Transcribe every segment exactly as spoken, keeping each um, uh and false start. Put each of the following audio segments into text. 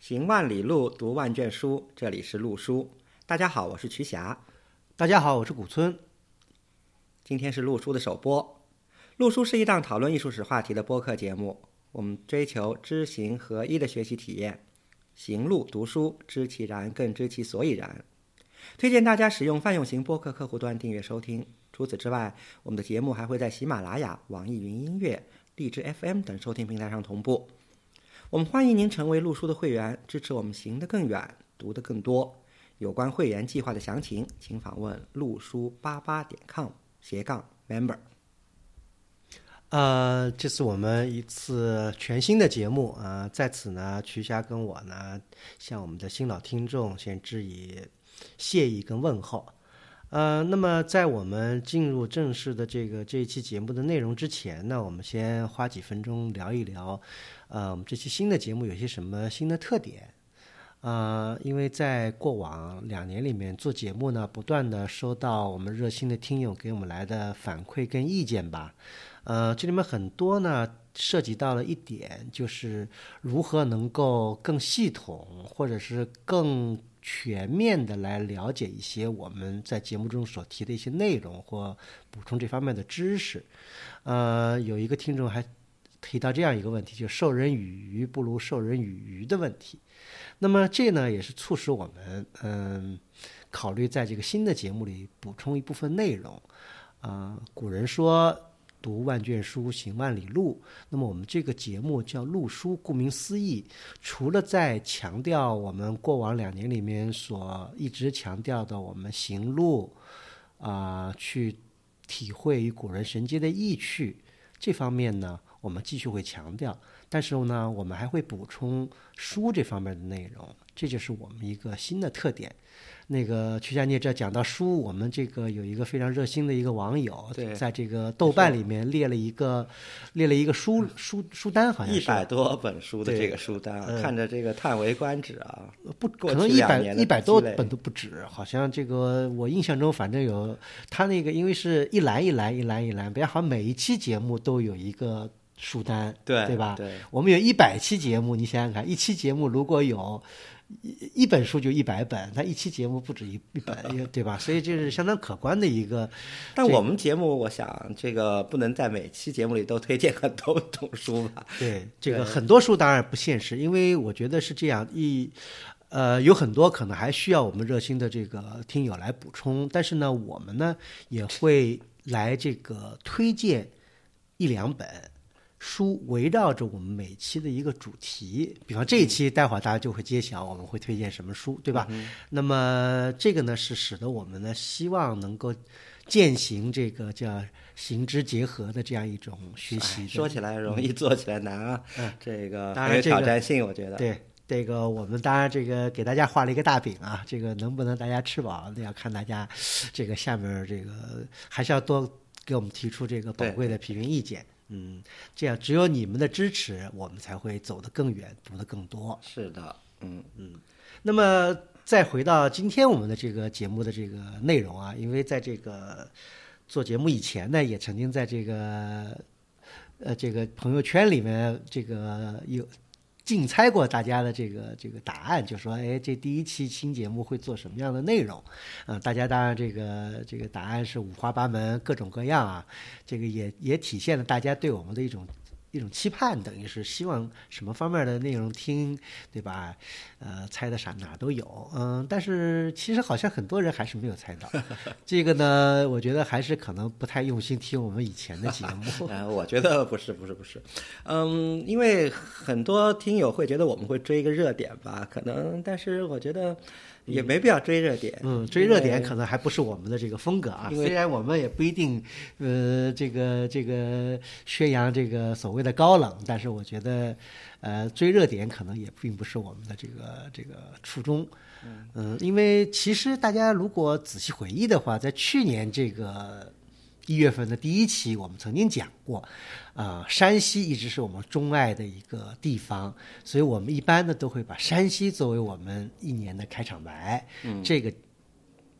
行万里路，读万卷书，这里是陆书。大家好，我是瞿霞。 大家好，我是古村。 今天是陆书的首播。陆书是一档讨论艺术史话题的播客节目，我们追求知行合一的学习体验。行路读书，知其然，更知其所以然。推荐大家使用泛用型播客客户端订阅收听。除此之外，我们的节目还会在喜马拉雅、网易云音乐、荔枝 F M 等收听平台上同步。我们欢迎您成为陆书的会员，支持我们行得更远，读得更多。有关会员计划的详情，请访问陆书八八点 com 斜杠 member。 呃，这是我们一次全新的节目啊、呃，在此呢，瞿霞跟我呢，向我们的新老听众先致以谢意跟问候。呃，那么在我们进入正式的这个这一期节目的内容之前呢，我们先花几分钟聊一聊，呃，我们这期新的节目有些什么新的特点。呃，因为在过往两年里面做节目呢，不断的收到我们热心的听友给我们来的反馈跟意见吧。呃，这里面很多呢涉及到了一点，就是如何能够更系统或者是更全面的来了解一些我们在节目中所提的一些内容或补充这方面的知识。呃，有一个听众还提到这样一个问题，就是授人以鱼不如授人以渔的问题。那么这呢也是促使我们嗯考虑在这个新的节目里补充一部分内容。啊、呃，古人说读万卷书，行万里路。那么我们这个节目叫陆书，顾名思义，除了在强调我们过往两年里面所一直强调的我们行路啊、呃，去体会与古人神接的意趣这方面呢，我们继续会强调。但是呢，我们还会补充书这方面的内容，这就是我们一个新的特点。那个瞿霞，你也知道，讲到书，我们这个有一个非常热心的一个网友，在这个豆瓣里面列了一个列了一个书书书单，好像是一百多本书的这个书单， 嗯、 看着这个叹为观止啊！ 不可能一百一百多本都不止，好像这个我印象中，反正有他那个，因为是一栏一栏一栏一栏，比如好像每一期节目都有一个书单， 对对吧？ 对， 我们有一百期节目，你想想看，一期节目如果有一一本书就一百本，它一期节目不止一一本，对吧？所以这是相当可观的一个。 但我们节目，我想这个不能在每期节目里都推荐很多种书吧？ 对，这个很多书当然不现实，因为我觉得是这样一。呃，有很多可能还需要我们热心的这个听友来补充，但是呢，我们呢也会来这个推荐一两本书，围绕着我们每期的一个主题，比方这一期待会儿大家就会揭晓我们会推荐什么书，对吧？ 嗯、 那么这个呢是使得我们呢希望能够践行这个叫行知结合的这样一种学习。 说起来容易，嗯、做起来难啊！ 嗯， 这个当然、这个、 很有挑战性，我觉得。 对。这个我们当然这个给大家画了一个大饼啊，这个能不能大家吃饱，要看大家这个下面这个还是要多给我们提出这个宝贵的批评意见。嗯，这样只有你们的支持，我们才会走得更远，读得更多。 是的，嗯嗯。那么再回到今天我们的这个节目的这个内容啊，因为在这个做节目以前呢，也曾经在这个呃这个朋友圈里面这个有。竞猜过大家的这个这个答案，就说哎，这第一期新节目会做什么样的内容？啊、呃，大家当然这个这个答案是五花八门，各种各样啊。这个也也体现了大家对我们的一种一种期盼，等于是希望什么方面的内容听，对吧？呃，猜的啥哪都有，嗯，但是其实好像很多人还是没有猜到。这个呢，我觉得还是可能不太用心听我们以前的节目。 呃，我觉得不是，不是，不是，嗯，因为很多听友会觉得我们会追一个热点吧，可能，但是我觉得也没必要追热点。 嗯，追热点可能还不是我们的这个风格啊。虽然我们也不一定，呃，这个这个宣扬这个所谓的高冷，但是我觉得，呃，追热点可能也并不是我们的这个这个初衷。嗯、呃，因为其实大家如果仔细回忆的话，在去年这个一月份的第一期，我们曾经讲过，啊、呃，山西一直是我们钟爱的一个地方，所以我们一般呢都会把山西作为我们一年的开场白。嗯，这个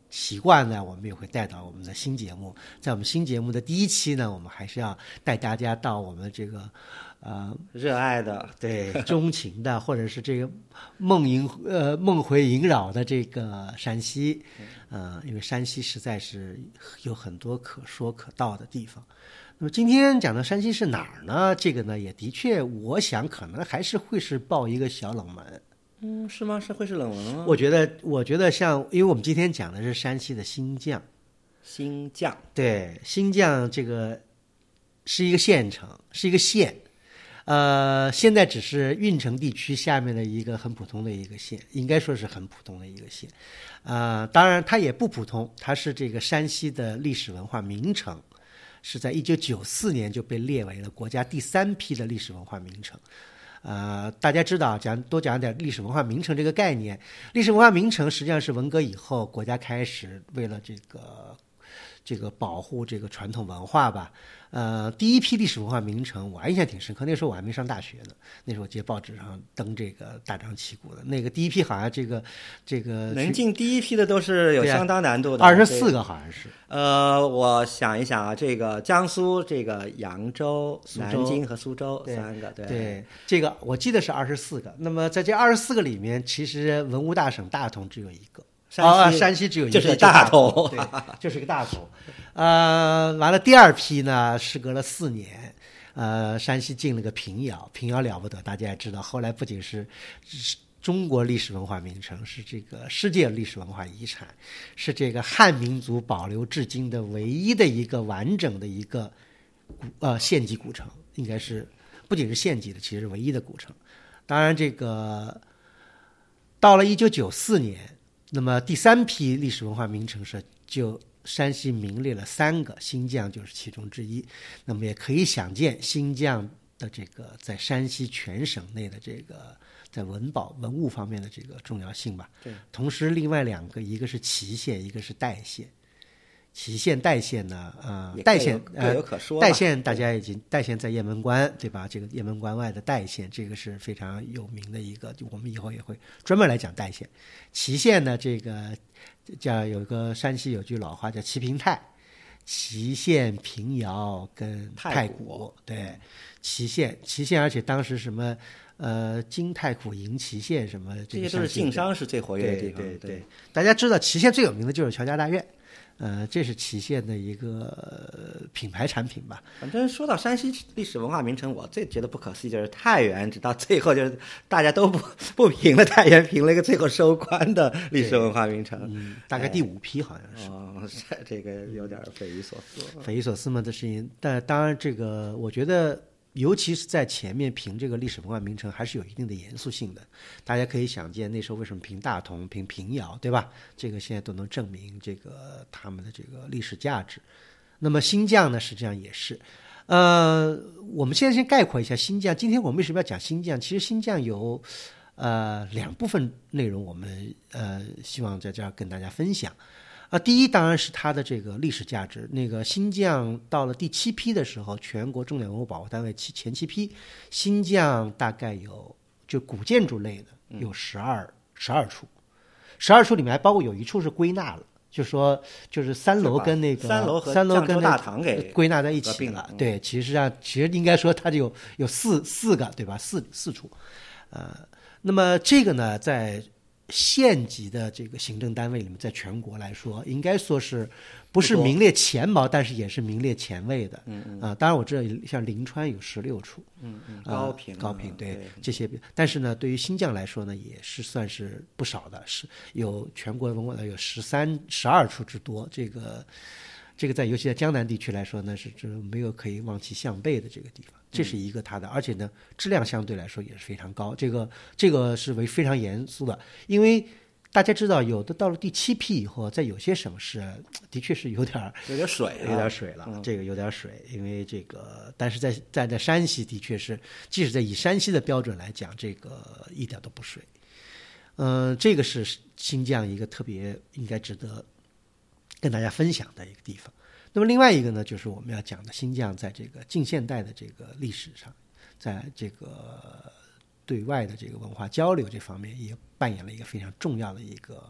习惯呢，我们也会带到我们的新节目。在我们新节目的第一期呢，我们还是要带大家到我们这个呃热爱的、 对钟情的，或者是这个梦萦呃梦回萦绕的这个山西，呃，因为山西实在是有很多可说可道的地方。那么今天讲的山西是哪儿呢？这个呢，也的确，我想可能还是会是报一个小冷门。 嗯，是吗？是会是冷门吗？ 我觉得，我觉得像，因为我们今天讲的是山西的新绛， 新绛， 对，新绛这个是一个县城，是一个县，呃，现在只是运城地区下面的一个很普通的一个县，应该说是很普通的一个县，呃，当然它也不普通，它是这个山西的历史文化名城，是在一九九四年就被列为了国家第三批的历史文化名城。呃，大家知道，讲多讲点历史文化名城这个概念。历史文化名城实际上是文革以后国家开始为了这个这个保护这个传统文化吧。呃，第一批历史文化名城我还印象挺深刻，那时候我还没上大学呢，那时候我记得报纸上登这个大张旗鼓的那个第一批，好像这个这个能进第一批的都是有相当难度的， 二十四个好像是。 呃，我想一想啊，这个江苏、这个扬州、 苏州南京和苏州对三个，对对，这个我记得是二十四个。那么在这二十四个里面，其实文物大省大同只有一个。 山西、 啊，山西只有一个， 就是大同， 对，就是个大同。呃，完了，第二批呢，时隔了四年，呃，山西进了个平遥，平遥了不得，大家也知道，后来不仅是中国历史文化名城，是这个世界历史文化遗产，是这个汉民族保留至今的唯一的一个完整的一个古呃县级古城，应该是不仅是县级的，其实是唯一的古城。当然，这个到了一九九四年。那么第三批历史文化名城是就山西名列了三个，新绛就是其中之一。那么也可以想见新绛的这个在山西全省内的这个在文保文物方面的这个重要性吧。 对。 同时，另外两个，一个是祁县，一个是代县。祁县、代县呢，呃，代县各有可说。 代县大家已经，代县在雁门关，对吧？这个雁门关外的代县，这个是非常有名的一个，就我们以后也会专门来讲代县。祁县呢，这个叫有个山西有句老话叫祁平泰，祁县、平遥跟太谷，对，祁县，祁县，而且当时什么。呃，金太谷、银祁县什么， 这些都是晋商是最活跃的地方。 对对 对, 对，大家知道祁县最有名的就是乔家大院，呃，这是祁县的一个、呃、品牌产品吧。 反正说到山西历史文化名城，我最觉得不可思议就是太原，直到最后就是大家都不不评了，太原评了一个最后收官的历史文化名城， 嗯，大概第五批好像是。 哦，这个有点匪夷所思。 匪夷所思嘛的事情，但当然这个我觉得。尤其是在前面评这个历史文化名城，还是有一定的严肃性的。大家可以想见，那时候为什么评大同、评平遥，对吧？这个现在都能证明这个他们的这个历史价值。那么新绛呢，实际上也是。呃，我们现在先概括一下新绛。今天我们为什么要讲新绛？其实新绛有呃两部分内容，我们呃希望在这儿跟大家分享。啊，第一当然是它的这个历史价值。那个新绛到了第七批的时候，全国重点文物保护单位七前七批，新绛大概有就古建筑类的有十二十二处，十二处里面还包括有一处是归纳了，就说就是三楼跟那个三楼和三楼跟大堂给归纳在一起了。 对，其实上其实应该说它就有有四四个对吧？四四处，呃，那么这个呢，在县级的这个行政单位里面，在全国来说，应该说是不是名列前茅，但是也是名列前位的。 嗯嗯。 啊，当然我知道像临川有十六处， 嗯嗯， 高平、 高平对, 对这些，但是呢，对于新绛来说呢，也是算是不少的，是有全国文物有十三十二处之多。这个这个在尤其在江南地区来说呢，是没有可以望其项背的这个地方。这是一个它的，而且呢，质量相对来说也是非常高。这个这个是为非常严肃的，因为大家知道，有的到了第七批以后，在有些省市的确是有点有点水、啊， 有点水了。 嗯、 这个有点水，因为这个，但是在在在山西的确是，即使在以山西的标准来讲，这个一点都不水。嗯、呃，这个是新绛一个特别应该值得跟大家分享的一个地方。那么另外一个呢，就是我们要讲的新绛在这个近现代的这个历史上，在这个对外的这个文化交流这方面，也扮演了一个非常重要的一个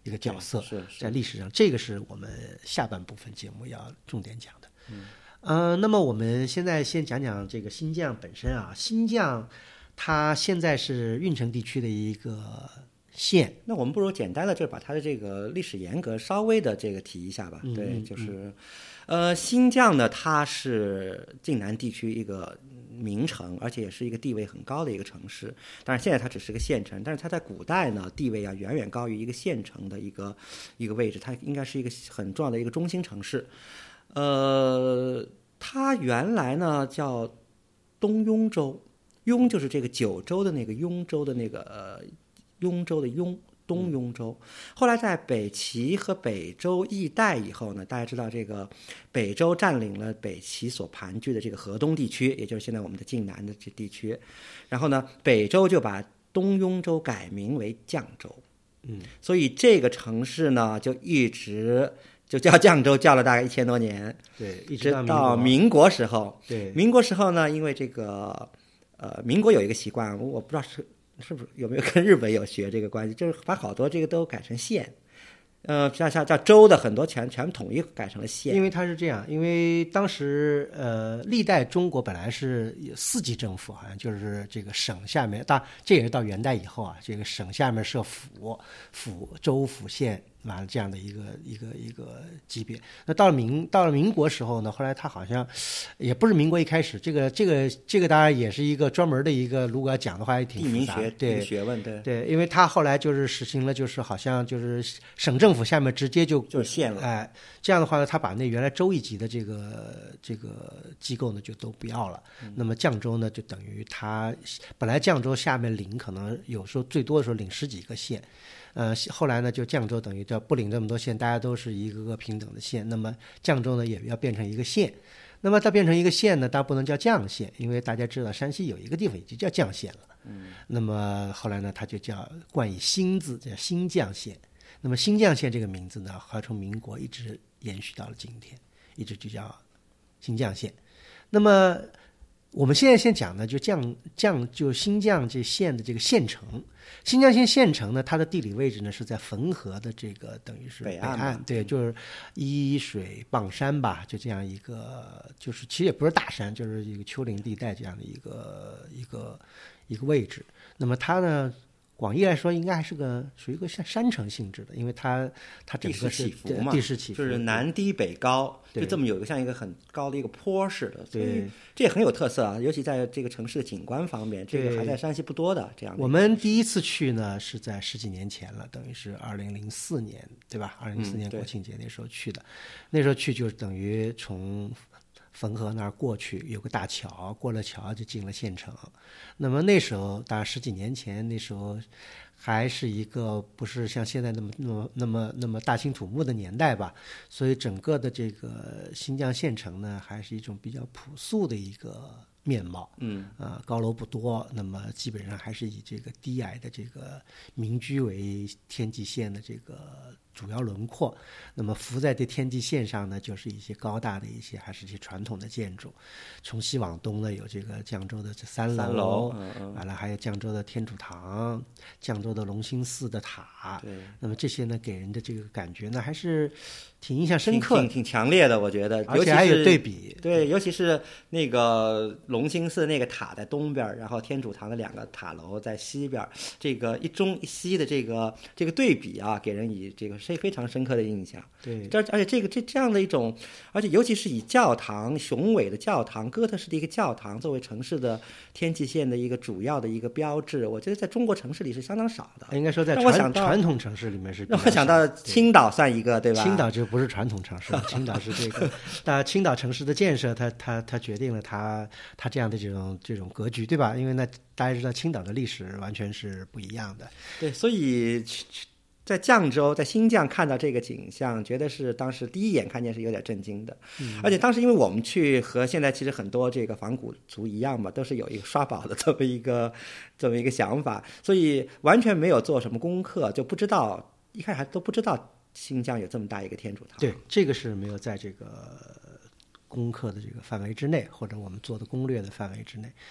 一个角色， 是是在历史上，这个是我们下半部分节目要重点讲的。嗯，呃，那么我们现在先讲讲这个新疆本身啊，新疆它现在是运城地区的一个县。 那我们不如简单的就把它的这个历史沿革稍微的这个提一下吧。 嗯、 对，就是，呃，新疆呢，它是晋南地区一个名城，而且也是一个地位很高的一个城市。当然，现在它只是个县城，但是它在古代呢，地位啊远远高于一个县城的一个一个位置，它应该是一个很重要的一个中心城市。呃，它原来呢叫东雍州，雍就是这个九州的那个雍州的那个呃雍州的雍。东雍州，后来在北齐和北周易代以后呢，大家知道这个北周占领了北齐所盘踞的这个河东地区，也就是现在我们的晋南的这地区，然后呢，北周就把东雍州改名为绛州， 嗯， 所以这个城市呢就一直就叫绛州，叫了大概一千多年， 对，一直到民国时候， 对， 民国时候呢，因为这个呃，民国有一个习惯，我不知道是。是不是有没有跟日本有学这个关系？就是把好多这个都改成县，呃，像像叫州的很多全全统一改成了县。 因为它是这样，因为当时呃，历代中国本来是四级政府，好像就是这个省下面，当这也是到元代以后啊，这个省下面设府、府、州、府、县。完了这样的一个一个一个级别。那到了民到了民国时候呢，后来他好像也不是民国一开始，这个这个这个当然也是一个专门的一个，如果要讲的话也挺复杂的，对学问，对对，因为他后来就是实行了，就是好像就是省政府下面直接就就是县了， 哎，这样的话呢，他把那原来州一级的这个这个机构呢就都不要了。嗯、那么绛州呢，就等于他本来绛州下面领可能有时候最多的时候领十几个县。呃，后来呢，就绛州等于叫不领这么多县，大家都是一个个平等的县。那么绛州呢，也要变成一个县。那么它变成一个县呢，它不能叫绛县，因为大家知道山西有一个地方已经叫绛县了。嗯。那么后来呢，它就叫冠以新字，叫新绛县。那么新绛县这个名字呢，还从民国一直延续到了今天，一直就叫新绛县。那么我们现在先讲呢，就绛绛就新绛这县的这个县城。新绛县县城呢，它的地理位置呢是在汾河的这个等于是北岸， 北岸对，就是依水傍山吧，就这样一个，就是其实也不是大山，就是一个丘陵地带这样的一个一个一个位置。那么它呢，广义来说应该还是个属于一个山山城性质的，因为它它整个是地势起伏嘛， 地势起伏就是南低北高，就这么有一个像一个很高的一个坡似的，所以这也很有特色啊。尤其在这个城市的景观方面，这个还在山西不多的这样的。 我们第一次去呢是在十几年前了，等于是二零零四年，对吧？二零零四年国庆节那时候去的，嗯、那时候去就是等于从汾河那儿过去，有个大桥，过了桥就进了县城。那么那时候，大概十几年前，那时候还是一个不是像现在那么那么那么那么大兴土木的年代吧，所以整个的这个新疆县城呢，还是一种比较朴素的一个面貌。 嗯， 啊、呃，高楼不多，那么基本上还是以这个低矮的这个民居为天际线的这个主要轮廓。那么浮在这天际线上呢，就是一些高大的一些还是一些传统的建筑。从西往东呢，有这个绛州的这三楼， 三楼嗯嗯完了还有绛州的天主堂，绛州的隆兴寺的塔。 对， 那么这些呢，给人的这个感觉呢，还是挺印象深刻， 挺挺强烈的，我觉得， 而且还有对比。 对，尤其是那个隆兴寺那个塔在东边，然后天主堂的两个塔楼在西边，这个一中一西的这个这个对比啊，给人以这个是非常深刻的印象。 对， 而而且这个这这样的一种，而且尤其是以教堂雄伟的教堂，哥特式的一个教堂作为城市的天际线的一个主要的一个标志，我觉得在中国城市里是相当少的。 应该说在让我想到传统城市里面是。 让我想到青岛算一个，对吧？ 青岛就不是传统城市，青岛是这个，但青岛城市的建设，它它它决定了它它这样的这种这种格局，对吧？因为那大家知道青岛的历史完全是不一样的。 对，所以在绛州，在新绛看到这个景象，觉得是当时第一眼看见是有点震惊的。嗯、而且当时因为我们去和现在其实很多这个仿古族一样嘛，都是有一个刷宝的这么一个这么一个想法，所以完全没有做什么功课，就不知道一开始还都不知道新疆有这么大一个天主堂。 对，这个是没有在这个功课的这个范围之内，或者我们做的攻略的范围之内。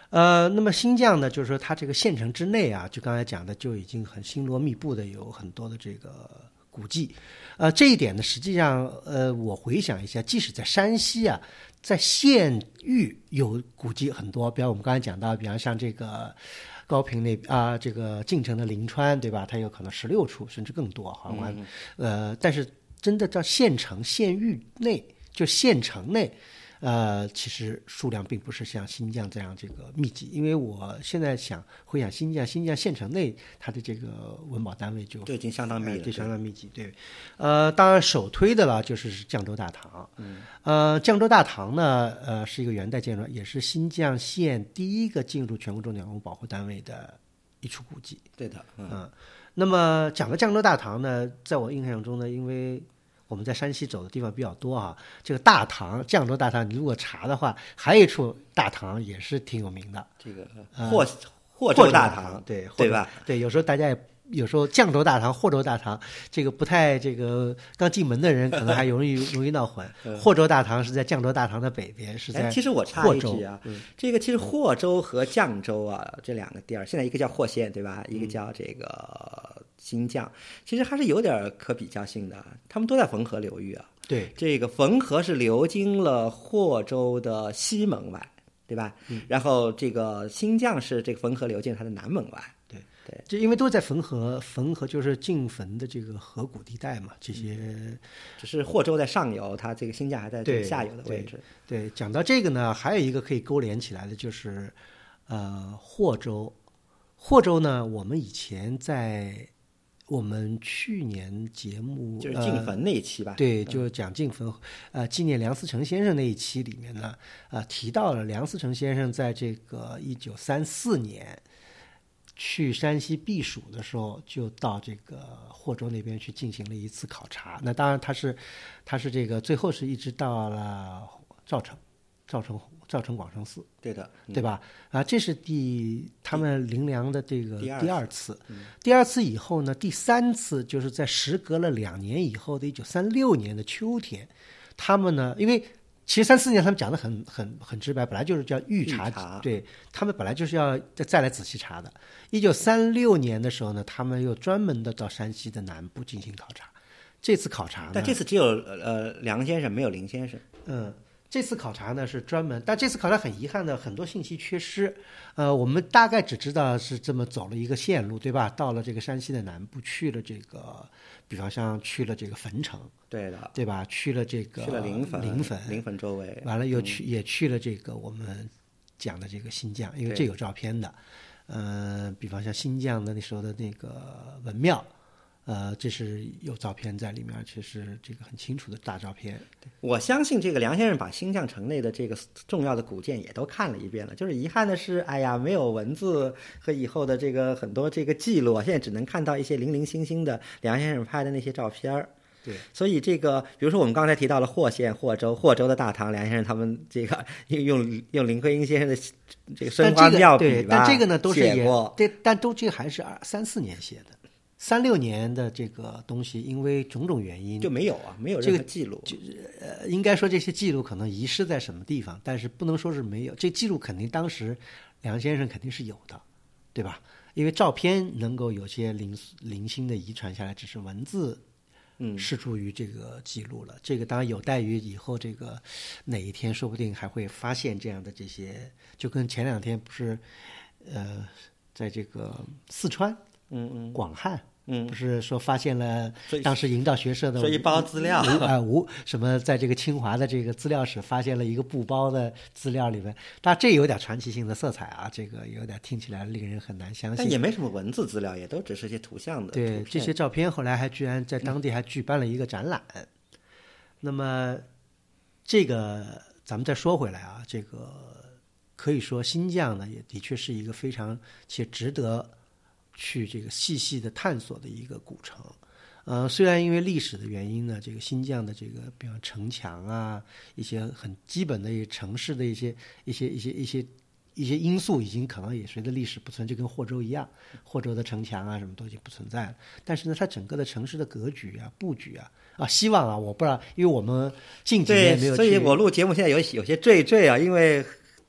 呃，那么新疆呢，就是说它这个县城之内啊，就刚才讲的就已经很星罗密布的有很多的这个古迹。呃，这一点呢，实际上呃，我回想一下，即使在山西啊，在县域有古迹很多，比方我们刚才讲到，比方像这个高平那啊、这个晋城的临川，对吧？它有可能十六处甚至更多，好像、嗯、呃，但是真的到县城县域内，就县城内。呃，其实数量并不是像新疆这样这个密集，因为我现在想回想新疆，新疆县城内它的这个文保单位就就已经相当密了， 对，相当密集。对，呃，当然首推的了就是绛州大堂。 嗯， 呃，绛州大堂呢，呃，是一个元代建筑，也是新疆县第一个进入全国重点文物保护单位的一处古迹。 对的，嗯。 呃、那么讲到绛州大堂呢，在我印象中呢，因为我们在山西走的地方比较多啊，这个大唐绛州大唐，你如果查的话，还有一处大唐也是挺有名的， 这个呃霍霍州大唐，对对吧？ 对，有时候大家也有时候绛州大唐、霍州大唐这个不太这个刚进门的人可能还容易容易闹混。霍州大唐是在绛州大唐的北边，是在霍州。 其实我插一句啊，嗯、这个其实霍州和绛州啊这两个地儿，现在一个叫霍县对吧？一个叫这个新疆，其实还是有点可比较性的，他们都在汾河流域啊。 对， 这个汾河是流经了霍州的西门外，对吧？ 嗯、 然后这个新疆是这个汾河流经它的南门外。 对对， 就因为都在汾河，汾河就是晋汾的这个河谷地带嘛，这些、嗯、 只是霍州在上游，它这个新疆还在这个下游的位置。 对，对，讲到这个呢，还有一个可以勾连起来的就是，呃，霍州。霍州呢，我们以前在我们去年节目就是晋汾那一期吧， 呃、对，就讲晋汾，呃，纪念梁思成先生那一期里面呢，呃，提到了梁思成先生在这个一九三四年去山西避暑的时候，就到这个霍州那边去进行了一次考察。那当然，他是他是这个最后是一直到了赵城，赵城。赵城广生寺， 对的， 嗯、对吧？啊，这是第他们灵粮的这个第二次， 嗯、 第二次以后呢，第三次就是在时隔了两年以后的一九三六年的秋天，他们呢，因为其实三四年他们讲的很很很直白，本来就是叫预查， 预查对他们本来就是要再再来仔细查的。一九三六年的时候呢，他们又专门的到山西的南部进行考察。这次考察呢， 但这次只有呃梁先生，没有林先生， 嗯。这次考察呢是专门，但这次考察很遗憾的，很多信息缺失。呃，我们大概只知道是这么走了一个线路，对吧？到了这个山西的南部，去了这个，比方像去了这个汾城， 对的， 对吧？去了这个去了临汾， 临汾， 临汾周围， 完了又去、嗯、也去了这个我们讲的这个新疆，因为这有照片的。呃，比方像新疆的那时候的那个文庙。呃，这是有照片在里面，其实这个很清楚的大照片。 我相信这个梁先生把新疆城内的这个重要的古建也都看了一遍了，就是遗憾的是，哎呀，没有文字和以后的这个很多这个记录，现在只能看到一些零零星星的梁先生拍的那些照片。 对， 所以这个，比如说我们刚才提到了霍县、霍州、霍州的大唐，梁先生他们这个用用林徽因先生的这个生花妙笔吧， 但这个呢都是写过， 对，但都这个还是二三四年写的。三六年的这个东西，因为种种原因就没有啊，没有任何记录。 这个、呃，应该说这些记录可能遗失在什么地方，但是不能说是没有。这记录肯定当时梁先生肯定是有的，对吧？因为照片能够有些零零星的遗传下来，只是文字嗯失诸于这个记录了。这个当然有待于以后这个哪一天，说不定还会发现这样的这些，就跟前两天不是呃，在这个四川。 嗯嗯， 广汉， 嗯， 不是说发现了当时营造学社的说一包资料啊，无什么在这个清华的这个资料室发现了一个布包的资料里面，但这有点传奇性的色彩啊，这个有点听起来令人很难相信。 但也没什么文字资料，也都只是些图像的。 对，这些照片后来还居然在当地还举办了一个展览。嗯、那么这个咱们再说回来啊，这个可以说新疆呢也的确是一个非常且值得去这个细细的探索的一个古城。呃，虽然因为历史的原因呢，这个新疆的这个比方城墙啊，一些很基本的一些城市的一些一些一些一些一些因素，已经可能也随着历史不存，就跟霍州一样，霍州的城墙啊什么都已经不存在了。但是呢，它整个的城市的格局啊、布局啊，啊，希望啊，我不知道，因为我们近几年没有去， 对，所以我录节目现在有有些惴惴啊，因为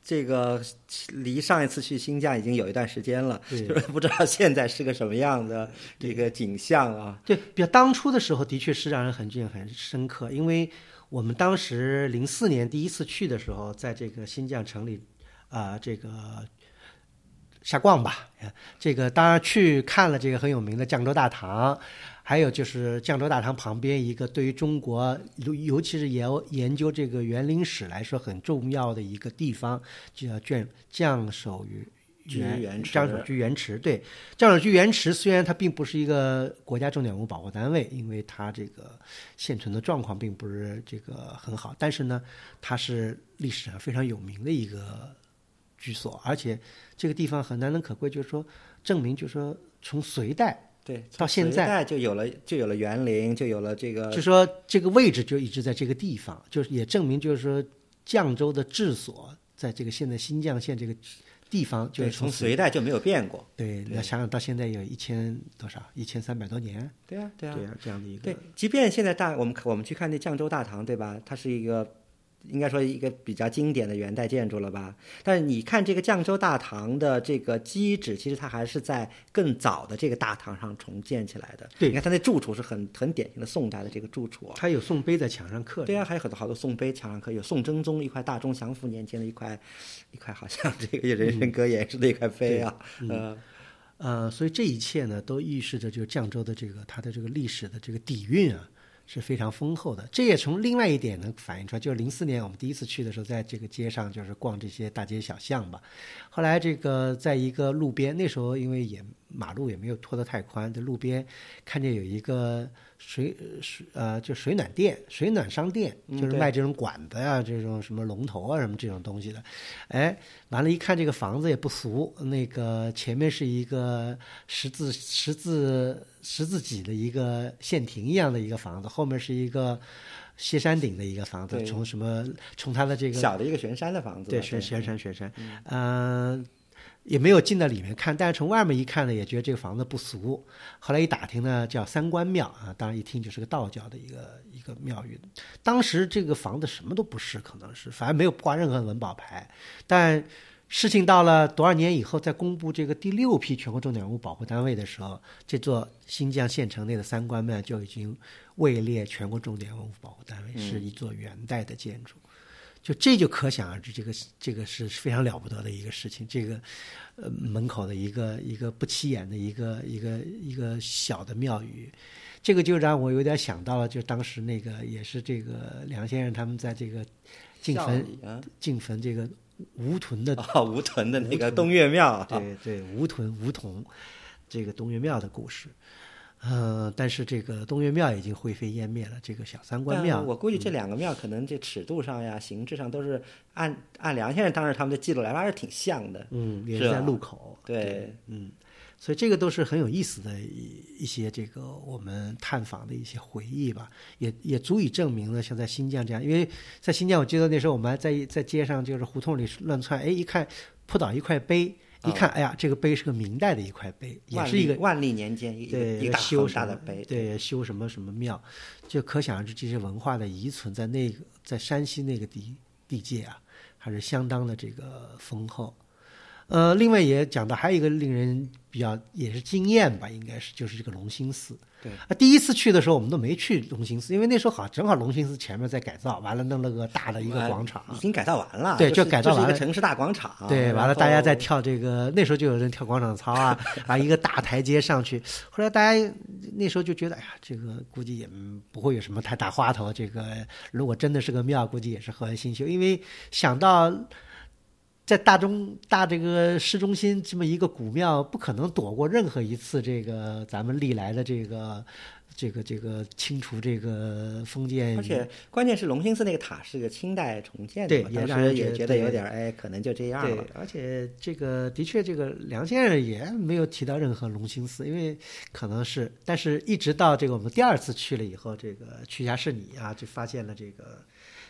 这个离上一次去新疆已经有一段时间了， 对就是不知道现在是个什么样的这个景象啊。 对，比较当初的时候的确是让人很印象很深刻，因为我们当时零四年第一次去的时候，在这个新疆城里啊、呃，这个瞎逛吧，这个当然去看了这个很有名的绛州大堂。还有就是绛州大堂旁边一个对于中国，尤其是研研究这个园林史来说很重要的一个地方，就叫绛绛首园绛首居园池。对，绛首居园池虽然它并不是一个国家重点文物保护单位，因为它这个现存的状况并不是这个很好，但是呢，它是历史上非常有名的一个居所，而且这个地方很难能可贵，就是说证明，就是说从隋代。 对， 到现在就有了，就有了园林，就有了这个， 就说这个位置就一直在这个地方，就是也证明，就是说绛州的治所在这个现在新绛县这个地方，就是从隋代就没有变过。 对，那想想到现在有一千多少，一千三百多年。 对啊，对啊， 对啊，这样的一个。 对，即便现在大我们我们去看那绛州大堂，对吧？它是一个。应该说一个比较经典的元代建筑了吧，但是你看这个绛州大堂的这个基址，其实它还是在更早的这个大堂上重建起来的。 对， 你看它那柱础是很很典型的宋代的这个柱础、啊， 它有宋碑在墙上刻。 对啊，还有很多好多宋碑墙上刻，有宋真宗一块大中祥符年间的一块一块好像这个人人格演示的一块碑啊， 嗯、呃呃，所以这一切呢，都预示着就是绛州的这个它的这个历史的这个底蕴啊。是非常丰厚的，这也从另外一点能反映出来，就是零四年我们第一次去的时候，在这个街上就是逛这些大街小巷吧。后来这个在一个路边，那时候因为也马路也没有拖得太宽，在路边看见有一个水水呃就水暖店、水暖商店，就是卖这种管子呀、啊、这种什么龙头啊什么这种东西的。哎，完了，一看这个房子也不俗，那个前面是一个十字十字。十字脊的一个县亭一样的一个房子，后面是一个歇山顶的一个房子，从什么从它的这个小的一个悬山的房子， 对，悬悬山悬山，嗯、呃，也没有进到里面看，但是从外面一看呢，也觉得这个房子不俗。后来一打听呢，叫三官庙啊，当然一听就是个道教的一个一个庙宇。当时这个房子什么都不是，可能是反正没有挂任何文保牌，但。事情到了多少年以后，在公布这个第六批全国重点文物保护单位的时候，这座新疆县城内的三官庙就已经位列全国重点文物保护单位， 嗯、 是一座元代的建筑。就这就可想而知，这个这个是非常了不得的一个事情。这个呃门口的一个一个不起眼的一个一个一个小的庙宇，这个就让我有点想到了，就当时那个也是这个梁先生他们在这个进坟、啊、进坟这个。吴屯的啊、哦，吴屯的那个东岳庙， 对对，吴屯吴桐这个东岳庙的故事，呃，但是这个东岳庙已经灰飞烟灭了，这个小三官庙， 我估计这两个庙可能这尺度上呀、嗯、形制上都是按按梁先生当时他们的记录来说还是挺像的， 嗯，也是在路口， 对， 对嗯。所以这个都是很有意思的一些这个我们探访的一些回忆吧，也也足以证明了像在新疆这样，因为在新疆我记得那时候我们还在在街上就是胡同里乱窜，哎，一看扑倒一块碑，一看，哎呀，这个碑是个明代的一块碑，也是一个万历年间一对一个修大的碑， 对，修什么什么庙，就可想而知这些文化的遗存在那个在山西那个地地界啊，还是相当的这个丰厚。呃，另外也讲到还有一个令人比较也是惊艳吧，应该是就是这个隆兴寺。 对啊，第一次去的时候我们都没去隆兴寺，因为那时候好正好隆兴寺前面在改造，完了弄了个大的一个广场， 已经改造完了。 对， 就改造完了， 就是一个城市大广场。 对，完了大家在跳这个，那时候就有人跳广场操啊，啊一个大台阶上去。后来大家那时候就觉得，哎呀，这个估计也不会有什么太大花头。这个如果真的是个庙，估计也是和安新修，因为想到。在大中大这个市中心这么一个古庙，不可能躲过任何一次这个咱们历来的这个这个这个清除这个封建。 而且关键是隆兴寺那个塔是个清代重建的， 对， 也让人也觉得有点哎，可能就这样了。 对，而且这个的确，这个梁先生也没有提到任何隆兴寺，因为可能是，但是一直到这个我们第二次去了以后，这个去下是你啊，就发现了这个。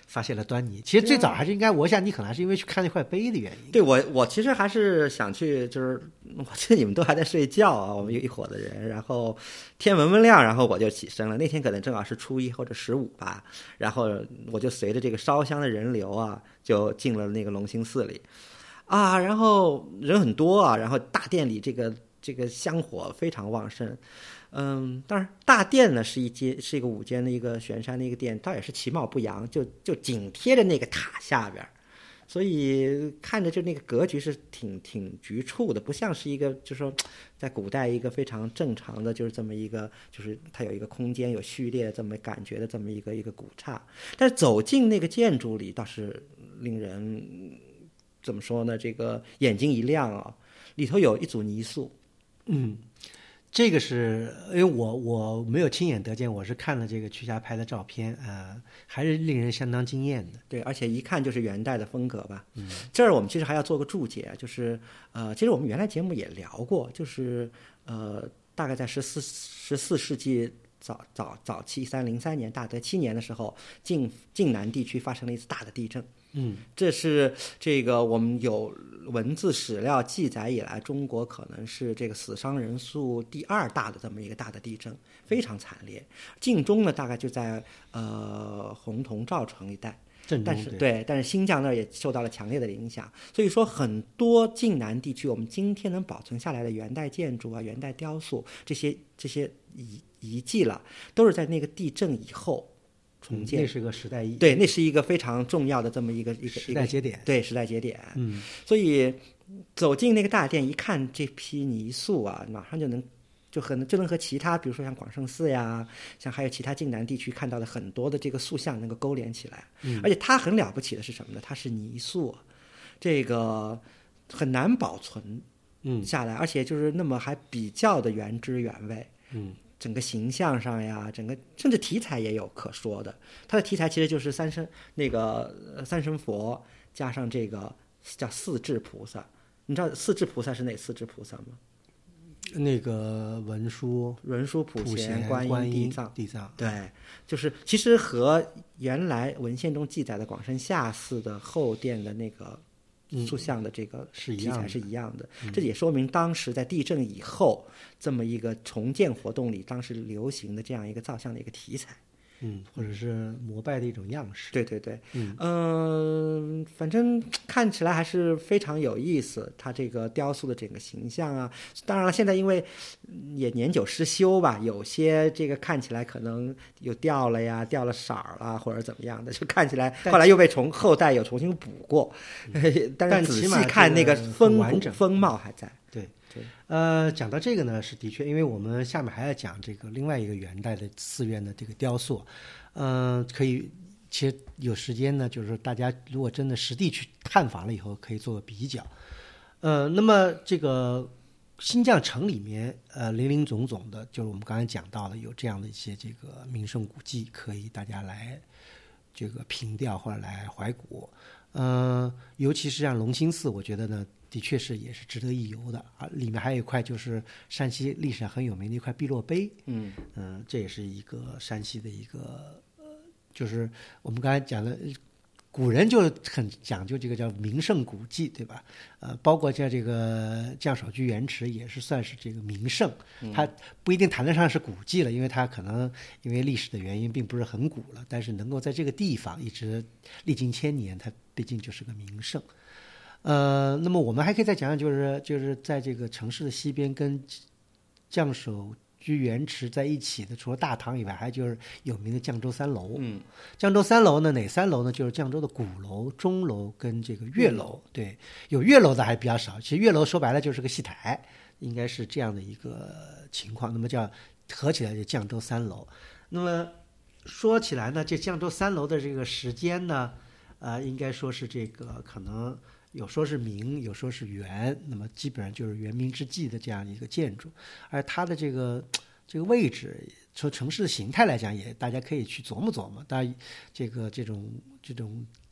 发现了端倪。其实最早还是应该，我想你可能还是因为去看那块碑的原因。 对，我我其实还是想去，就是我记得你们都还在睡觉啊，我们有一伙的人，然后天蒙蒙亮，然后我就起身了。那天可能正好是初一或者十五吧，然后我就随着这个烧香的人流啊，就进了那个隆兴寺里啊，然后人很多啊，然后大殿里这个这个香火非常旺盛。嗯，当然大殿呢是一间是一个五间的一个悬山的一个殿，倒也是其貌不扬，就就紧贴着那个塔下边，所以看着就那个格局是挺挺局促的，不像是一个就是说在古代一个非常正常的就是这么一个就是它有一个空间有序列这么感觉的这么一个一个古刹。但是走进那个建筑里倒是令人怎么说呢？这个眼睛一亮啊，里头有一组泥塑， 嗯。这个是因为我我没有亲眼得见，我是看了这个瞿霞拍的照片啊、呃，还是令人相当惊艳的。 对，而且一看就是元代的风格吧。嗯，这儿我们其实还要做个注解，就是呃，其实我们原来节目也聊过，就是呃，大概在十四十四世纪早早早期，一三零三年大德七年的时候，晋晋南地区发生了一次大的地震。 嗯， 这是这个我们有文字史料记载以来，中国可能是这个死伤人数第二大的这么一个大的地震，非常惨烈。晋中呢，大概就在呃洪洞赵城一带，但是对，但是新疆那儿也受到了强烈的影响。所以说，很多晋南地区我们今天能保存下来的元代建筑啊、元代雕塑这些这些遗遗迹了，都是在那个地震以后重建。 嗯、那是个时代意义， 对，那是一个非常重要的这么一个一个时代节点， 对，时代节点。 嗯， 所以走进那个大殿一看这批泥塑啊，马上就能就和就能和其他比如说像广胜寺呀，像还有其他晋南地区看到的很多的这个塑像能够勾连起来。 嗯， 而且它很了不起的是什么呢？它是泥塑，这个很难保存嗯下来，嗯、而且就是那么还比较的原汁原味。 嗯。 整个形象上呀，整个甚至题材也有可说的。它的题材其实就是三身那个三身佛加上这个叫四智菩萨。你知道四智菩萨是哪四智菩萨吗？ 那个文殊、 文殊、普贤、观音、 地藏。 地藏， 对，就是其实和原来文献中记载的广深下寺的后殿的那个塑像的这个题材是一样的， 嗯、 这也说明当时在地震以后这么一个重建活动里，当时流行的这样一个造像的一个题材， 嗯，或者是膜拜的一种样式。 对对对， 嗯、 呃，反正看起来还是非常有意思，它这个雕塑的整个形象啊，当然了，现在因为也年久失修吧，有些这个看起来可能有掉了呀，掉了色儿了，或者怎么样的，就看起来后来又被重后代有重新补过， 嗯、 但是仔细看那个风骨风貌还在。 对对，呃，讲到这个呢，是的确，因为我们下面还要讲这个另外一个元代的寺院的这个雕塑，嗯、呃，可以，其实有时间呢，就是说大家如果真的实地去探访了以后，可以做个比较。呃，那么这个新绛城里面，呃，林林总总的，就是我们刚才讲到的，有这样的一些这个名胜古迹，可以大家来这个凭吊或者来怀古。嗯、呃，尤其是像隆兴寺，我觉得呢。的确是也是值得一游的啊！里面还有一块就是山西历史上很有名的一块碧落碑， 嗯嗯、呃，这也是一个山西的一个呃，就是我们刚才讲的，古人就很讲究这个叫名胜古迹，对吧？呃，包括像这个将守居元池也是算是这个名胜，它不一定谈得上是古迹了，因为它可能因为历史的原因并不是很古了，但是能够在这个地方一直历经千年，它毕竟就是个名胜。呃，那么我们还可以再讲讲，就是就是在这个城市的西边，跟将守居元池在一起的，除了大堂以外，还就是有名的绛州三楼。 嗯， 绛州三楼呢，哪三楼呢？就是绛州的鼓楼、钟楼跟这个月楼。对，有月楼的还比较少。其实月楼说白了就是个戏台，应该是这样的一个情况。那么叫合起来就绛州三楼。那么说起来呢，这绛州三楼的这个时间呢，呃，应该说是这个可能。有说是明，有说是元，那么基本上就是元明之际的这样一个建筑，而它的这个这个位置，从城市的形态来讲，也大家可以去琢磨琢磨。当然，这个这种这种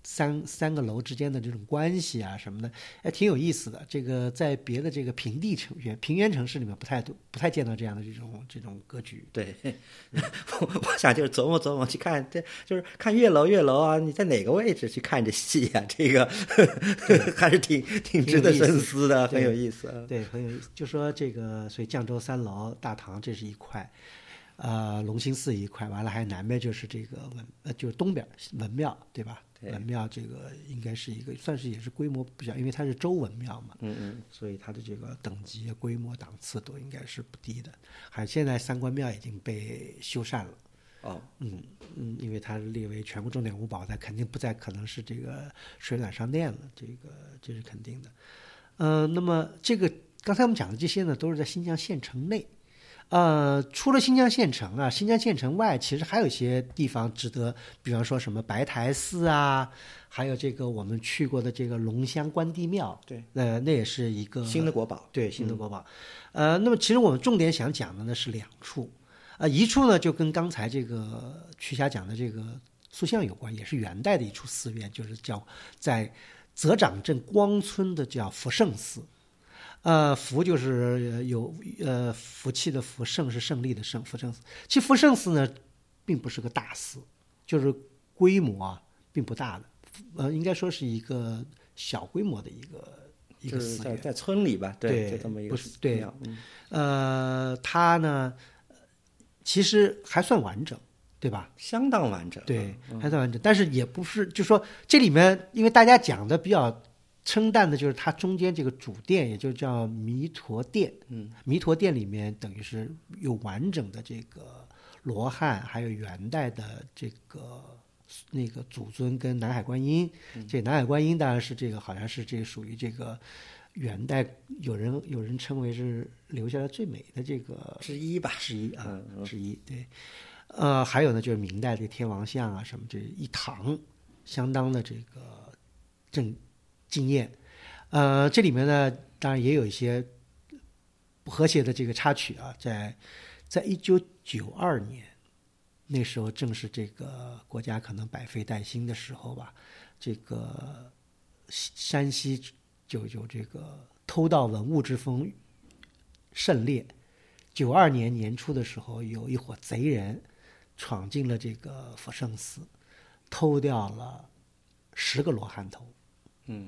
三三个楼之间的这种关系啊什么的，哎，挺有意思的。这个在别的这个平地城原平原城市里面不太多不太见到这样的这种这种格局。 对，我我想就是琢磨琢磨去看，这就是看月楼月楼啊，你在哪个位置去看这戏啊？这个还是挺挺值得深思的，很有意思。 对，很有意思。就说这个，所以绛州三楼大堂这是一块。呃，隆兴寺一块，完了还南边就是这个文，呃，就是东边文庙，对吧？ 对， 文庙这个应该是一个，算是也是规模不小，因为它是州文庙嘛， 嗯嗯， 所以它的这个等级、规模、档次都应该是不低的。还现在三官庙已经被修缮了， 哦， 嗯嗯，因为它列为全国重点文物保护，它肯定不再可能是这个水暖商店了，这个这是肯定的。嗯、呃，那么这个刚才我们讲的这些呢，都是在新疆县城内。呃，除了新疆县城啊，新疆县城外，其实还有一些地方值得，比方说什么白台寺啊，还有这个我们去过的这个龙香关帝庙， 对， 呃，那也是一个新的国宝， 对，新的国宝。嗯、呃，那么其实我们重点想讲的呢是两处，呃，一处呢就跟刚才这个瞿霞讲的这个塑像有关，也是元代的一处寺院，就是叫在泽长镇光村的叫福圣寺。呃，福就是有呃福气的福，圣是胜利的胜，福圣寺。其实福圣寺呢，并不是个大寺，就是规模啊并不大的，呃，应该说是一个小规模的一个一个寺院， 在在村里吧， 对， 就这么一个不是对， 嗯、 呃，它呢其实还算完整，对吧？ 相当完整， 对， 嗯、 还算完整，但是也不是，就说这里面，因为大家讲的比较称赞的就是它中间这个主殿，也就叫弥陀殿。 嗯， 弥陀殿里面等于是有完整的这个罗汉，还有元代的这个那个祖尊跟南海观音。嗯、这南海观音当然是这个，好像是这个属于这个元代有人有人称为是留下来最美的这个之一吧， 之一啊， 嗯嗯、 之一。对，呃，还有呢就是明代的天王像啊什么，这一堂相当的这个正。经验，呃，这里面呢，当然也有一些不和谐的这个插曲啊，在在一九九二年，那时候正是这个国家可能百废待兴的时候吧，这个山西就有这个偷盗文物之风甚烈。九二年年初的时候，有一伙贼人闯进了这个福圣寺，偷掉了十个罗汉头。 嗯，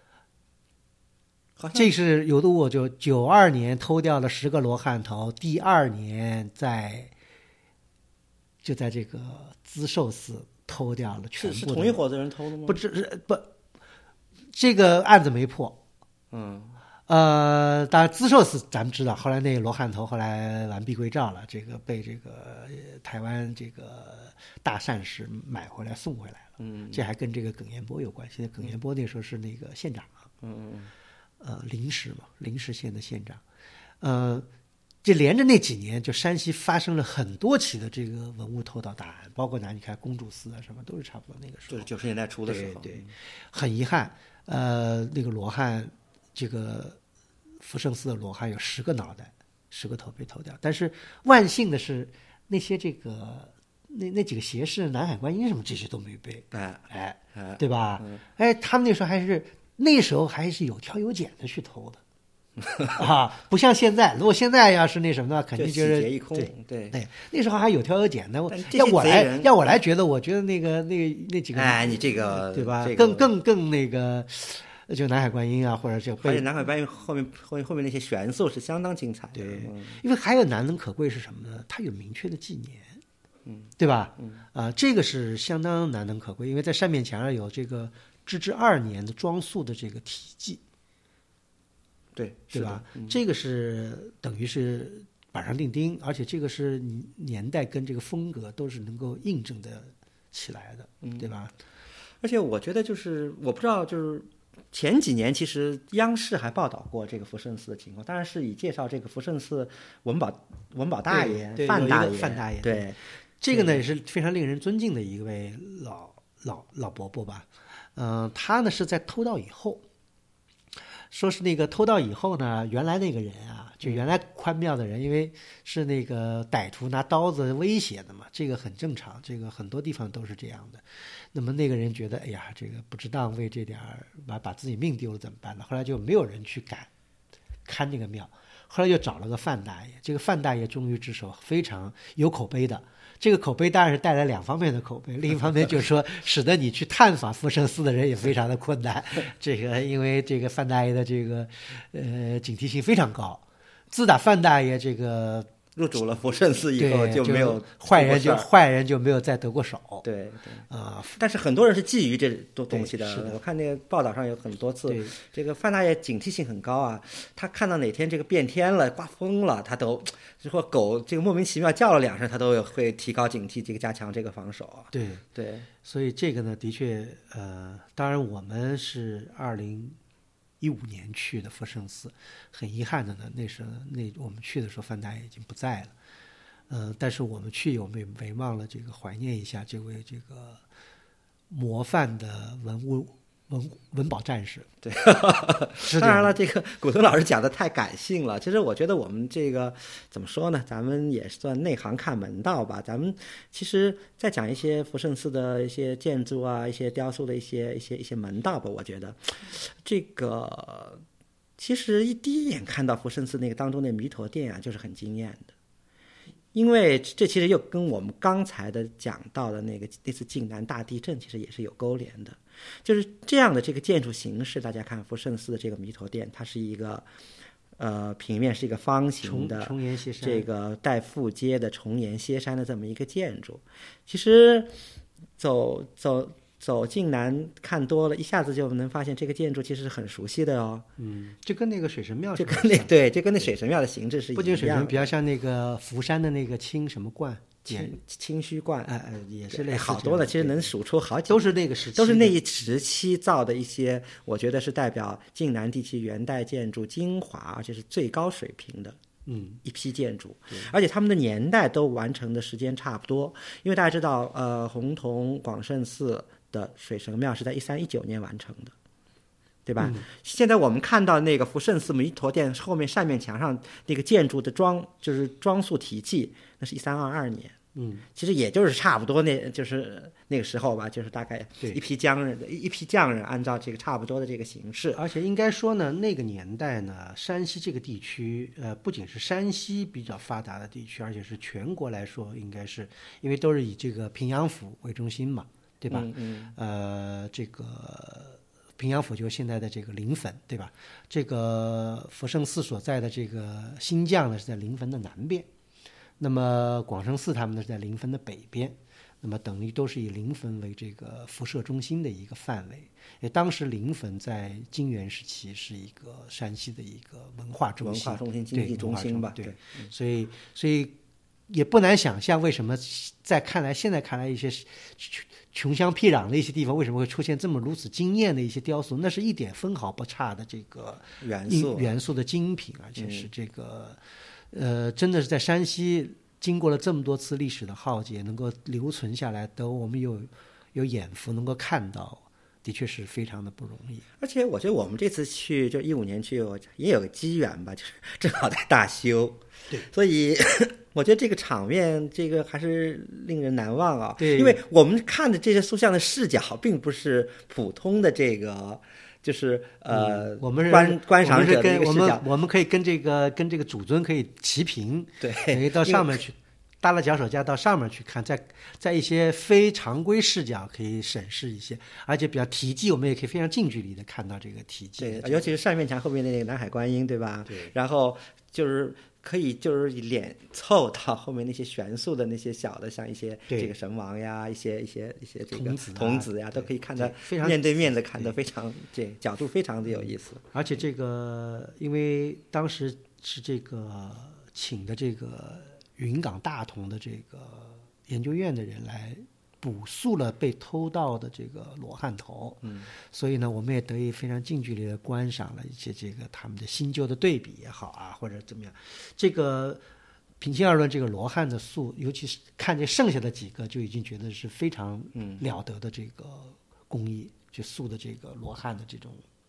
这是有的我就九二年偷掉了十个罗汉头，第二年在就在这个资寿寺偷掉了全部的。 是是同一伙子人偷的吗？ 不只是不，这个案子没破。 嗯， 呃，当然资寿寺咱们知道，后来那个罗汉头后来完璧归赵了，这个被这个台湾这个大善士买回来送回来了。 嗯， 这还跟这个耿彦波有关系。耿彦波那时候是那个县长啊， 嗯嗯呃，临时嘛，临时县的县长，呃，这连着那几年，就山西发生了很多起的这个文物偷盗大案，包括哪你看公主寺啊什么，都是差不多那个时候， 就是九十年代初的时候， 对，对，很遗憾，呃，那个罗汉，这个福圣寺的罗汉有十个脑袋，十个头被偷掉，但是万幸的是，那些这个。那那几个邪士，南海观音什么这些都没背， 哎哎， 哎对吧？ 嗯、 哎，他们那时候还是那时候还是有挑有拣的去偷的啊，不像现在。如果现在要是那什么的话，肯定就是洗劫一空。 对对对，那时候还有挑有拣的。要我来，要我来觉得，我觉得那个那个那几个， 哎，你这个对吧？ 这个、 更更更那个，就南海观音啊，或者这而且南海观音后面后面后面那些元素是相当精彩的。 对， 嗯、 因为还有难能可贵是什么呢？它有明确的纪年。 嗯， 对吧？ 嗯， 啊，这个是相当难能可贵，因为在扇面墙上有这个至治二年的装束的这个题记， 对， 对吧？ 嗯、 这个是等于是板上钉钉，而且这个是年代跟这个风格都是能够印证的起来的， 嗯、 对吧？ 而且我觉得就是我不知道就是。前几年其实央视还报道过这个福圣寺的情况，当然是以介绍这个福圣寺文保文保大爷范大爷范大爷。 对， 这个呢也是非常令人尊敬的一位老老老伯伯吧。嗯、呃，他呢是在偷盗以后， 说是那个偷盗以后呢，原来那个人啊，就原来宽庙的人，因为是那个歹徒拿刀子威胁的嘛，这个很正常，这个很多地方都是这样的。那么那个人觉得，哎呀，这个不值当为这点儿把把自己命丢了怎么办呢？后来就没有人去敢看这个庙，后来就找了个范大爷，这个范大爷忠于职守，非常有口碑的。这个口碑当然是带来两方面的口碑，另一方面就是说，使得你去探访福圣寺的人也非常的困难。这个因为这个范大爷的这个呃警惕性非常高，自打范大爷这个入主了福圣寺以后， 就没有坏人就坏人就没有再得过手。 对对啊、 呃，但是很多人是觊觎这东东西的。 我看那个报道上有很多次，这个范大爷警惕性很高啊。他看到哪天这个变天了、刮风了，他都就说狗这个莫名其妙叫了两声，他都会提高警惕，这个加强这个防守。 对对， 所以这个呢，的确，呃，当然我们是二零一五年去的福圣寺，很遗憾的呢，那时候那我们去的时候，范大爷已经不在了。嗯、呃，但是我们去，我们也没忘了这个怀念一下这位这个模范的文物文文保战士。 对，当然了，这个古东老师讲的太感性了。其实我觉得我们这个怎么说呢？咱们也算内行看门道吧。咱们其实在讲一些福圣寺的一些建筑啊，一些雕塑的一些一些一些门道吧。我觉得这个其实一第一眼看到福圣寺那个当中的弥陀殿啊，就是很惊艳的。因为这其实又跟我们刚才的讲到的那个那次晋南大地震其实也是有勾连的，就是这样的这个建筑形式，大家看福圣寺的这个弥陀殿，它是一个呃平面是一个方形的重檐歇山， 这个带副阶的重檐歇山的这么一个建筑，其实走走。走进南看多了，一下子就能发现这个建筑其实是很熟悉的哦。 嗯，就跟那个水神庙， 就跟那对，就跟那水神庙的形制是一样的。 不仅水神比较像那个福山的那个清什么观， 清清虚观， 哎哎，也是类似好多的，其实能数出好几， 都是那个时期， 都是那一时期造的一些，我觉得是代表晋南地区元代建筑精华，而且是最高水平的。 嗯， 一批建筑，而且他们的年代都完成的时间差不多，因为大家知道，呃，洪洞广圣寺的水神庙是在一三一九年完成的，对吧？ 嗯、 现在我们看到那个福圣寺弥陀殿后面扇面墙上那个建筑的装，就是装束题记，那是一三二二年。 嗯， 其实也就是差不多那，就是那个时候吧，就是大概一批匠人，一批匠人按照这个差不多的这个形式。 而且应该说呢，那个年代呢，山西这个地区，呃，不仅是山西比较发达的地区，而且是全国来说，应该是因为都是以这个平阳府为中心嘛，对吧？ 嗯嗯。 呃，这个平阳府就是现在的这个临汾，对吧？这个福圣寺所在的这个新绛呢，是在临汾的南边。那么广圣寺他们呢是在临汾的北边，那么等于都是以临汾为这个辐射中心的一个范围。也当时临汾在金元时期是一个山西的一个文化中心、 文化中心、经济中心吧。 对， 对嗯、所以所以也不难想象，为什么在看来现在看来一些穷乡僻壤的一些地方，为什么会出现这么如此惊艳的一些雕塑？那是一点分毫不差的这个元素元素的精品，而且是这个。嗯呃，真的是在山西经过了这么多次历史的浩劫，能够留存下来，都我们有有眼福能够看到，的确是非常的不容易。 而且我觉得我们这次去，就一五年去，也有个机缘吧，就是正好在大修， 对， 所以我觉得这个场面，这个还是令人难忘啊。 对， 因为我们看的这些塑像的视角，并不是普通的这个。就是呃， 嗯、我们是观观赏者的一个视角， 我们我们可以跟这个跟这个主尊可以齐平， 对， 可以到上面去，搭了脚手架到上面去看，在在一些非常规视角可以审视一些，而且比较题记，我们也可以非常近距离的看到这个题记。 对，尤其是扇面墙后面的那个南海观音，对吧？ 对， 然后就是可以就是脸凑到后面那些悬塑的那些小的，像一些这个神王呀，一些一些一些这个童子呀，都可以看得面对面的看得非常这角度非常的有意思。 而且这个因为当时是这个请的这个云冈大同的这个研究院的人来补塑了被偷盗的这个罗汉头， 嗯， 所以呢，我们也得以非常近距离的观赏了一些这个他们的新旧的对比也好啊，或者怎么样。这个平心而论，这个罗汉的塑，尤其是看见剩下的几个，就已经觉得是非常了得的这个工艺，去塑的这个罗汉的这种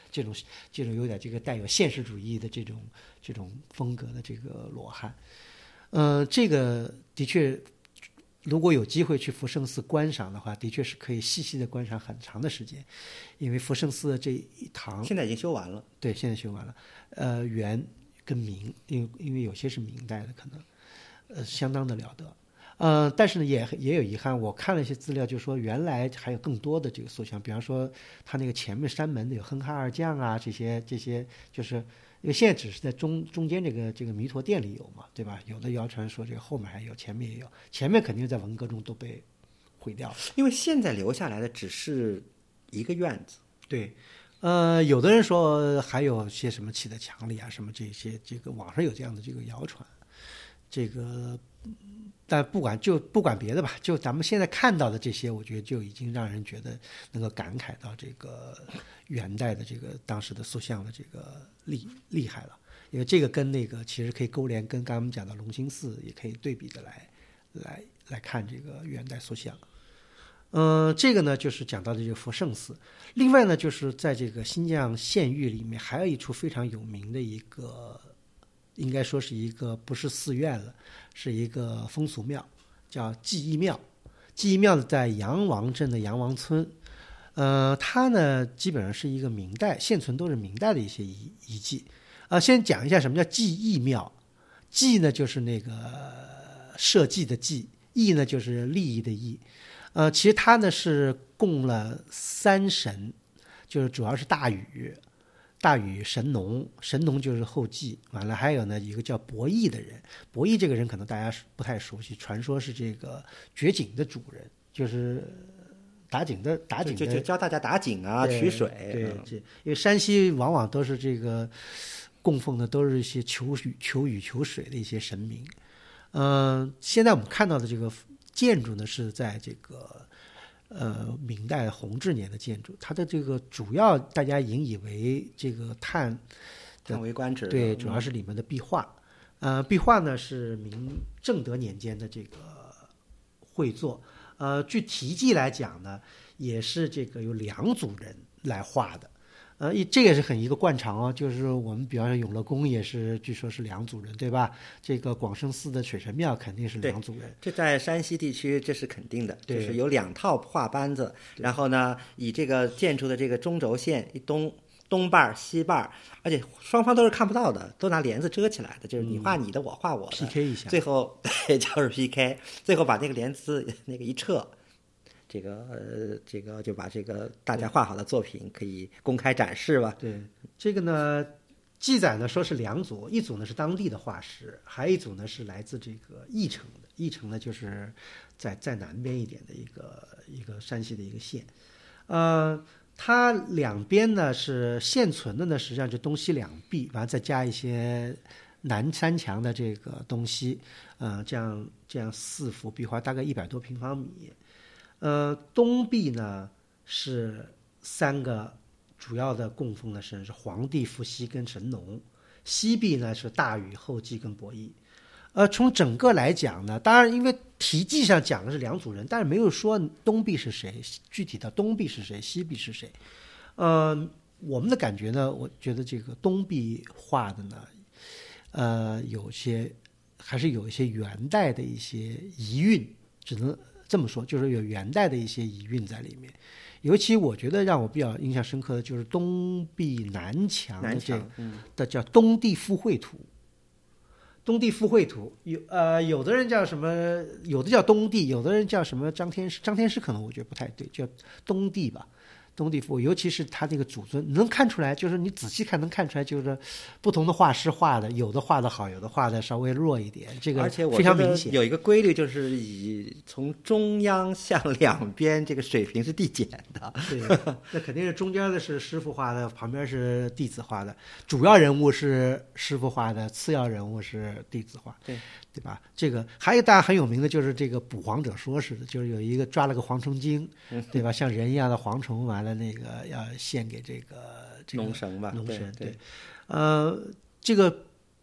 这种这种有点这个带有现实主义的这种这种风格的这个裸汉。呃，这个的确，如果有机会去福圣寺观赏的话，的确是可以细细的观赏很长的时间，因为福圣寺的这一堂现在已经修完了， 对，现在修完了。呃，元跟明，因为因为有些是明代的，可能呃相当的了得。呃，但是呢，也也有遗憾。我看了一些资料，就说原来还有更多的这个塑像，比方说他那个前面山门的有哼哈二将啊，这些这些，就是因为现在只是在中中间这个这个弥陀殿里有嘛，对吧？有的谣传说这个后面还有，前面也有，前面肯定在文革中都被毁掉了。 因为现在留下来的只是一个院子。 对，呃，有的人说还有些什么砌在墙里啊，什么这些，这个网上有这样的这个谣传，这个。但不管就不管别的吧，就咱们现在看到的这些，我觉得就已经让人觉得能够感慨到这个元代的这个当时的塑像的这个厉厉害了。因为这个跟那个其实可以勾连，跟刚刚我们讲的隆兴寺也可以对比的来来来看这个元代塑像。嗯、呃，这个呢就是讲到的这个福圣寺。另外呢，就是在这个新疆县域里面，还有一处非常有名的一个。应该说是一个不是寺院了，是一个风俗庙，叫记忆庙。记忆庙在杨王镇的杨王村，呃，它呢基本上是一个明代，现存都是明代的一些遗遗迹。啊、呃，先讲一下什么叫记忆庙。记呢就是那个社稷的稷，义呢就是利益的义。呃，其实它呢是供了三神，就是主要是大禹。大禹神农，神农就是后稷，完了还有呢一个叫伯益的人，伯益这个人可能大家不太熟悉，传说是这个掘井的主人，就是打井的打井的， 就就教大家打井啊，取水。 对，这、嗯、因为山西往往都是这个供奉的都是一些求雨、求雨、求水的一些神明。嗯、呃，现在我们看到的这个建筑呢，是在这个。呃，明代弘治年的建筑，它的这个主要大家引以为这个叹叹为观止， 对，主要是里面的壁画。呃，壁画呢是明正德年间的这个绘作。呃，据题记来讲呢，也是这个由两组人来画的。呃，这也是很一个惯常哦，就是我们比方说永乐宫也是，据说是两组人，对吧？这个广生寺的水神庙肯定是两组人。 这在山西地区这是肯定的，就是有两套画班子，然后呢，以这个建筑的这个中轴线一东东半西半，而且双方都是看不到的，都拿帘子遮起来的，就是你画你的，嗯、我画我的 ，P K 一下， 最后对就是 P K， 最后把那个帘子那个一撤。这个呃，这个就把这个大家画好的作品可以公开展示吧。 对，这个呢，记载呢说是两组，一组呢是当地的画师，还有一组呢是来自这个义城的。义城呢就是在在南边一点的一个一个山西的一个县。呃，它两边呢是现存的呢，实际上就东西两壁，完了再加一些南山墙的这个东西，呃，这样这样四幅壁画，大概一百多平方米。呃，东壁呢是三个主要的供奉的神，是黄帝、伏羲跟神农；西壁呢是大禹、后稷跟伯益。呃，从整个来讲呢，当然因为题记上讲的是两组人，但是没有说东壁是谁，具体的东壁是谁，西壁是谁。呃，我们的感觉呢，我觉得这个东壁画的呢，呃，有些还是有一些元代的一些遗韵，只能这么说，就是有元代的一些遗韵在里面。尤其我觉得让我比较印象深刻的就是东壁南墙的这个、嗯、的叫东帝复绘图。东帝复绘图有呃有的人叫什么，有的叫东帝，有的人叫什么张天师。张天师可能我觉得不太对，叫东帝吧。东帝复，尤其是他这个祖尊，能看出来，就是你仔细看能看出来，就是不同的画师画的，有的画的好，有的画的稍微弱一点，这个非常明显。 有一个规律，就是以从中央向两边这个水平是递减的。 对，那肯定是中间的是师傅画的，旁边是弟子画的，主要人物是师傅画的，次要人物是弟子画。 对。 对吧？这个还有大家很有名的就是这个捕黄者说似的，就是有一个抓了个蝗虫精，对吧？像人一样的蝗虫，完了那个要献给这个这个龙神吧？ 龙神对， 对，呃，这个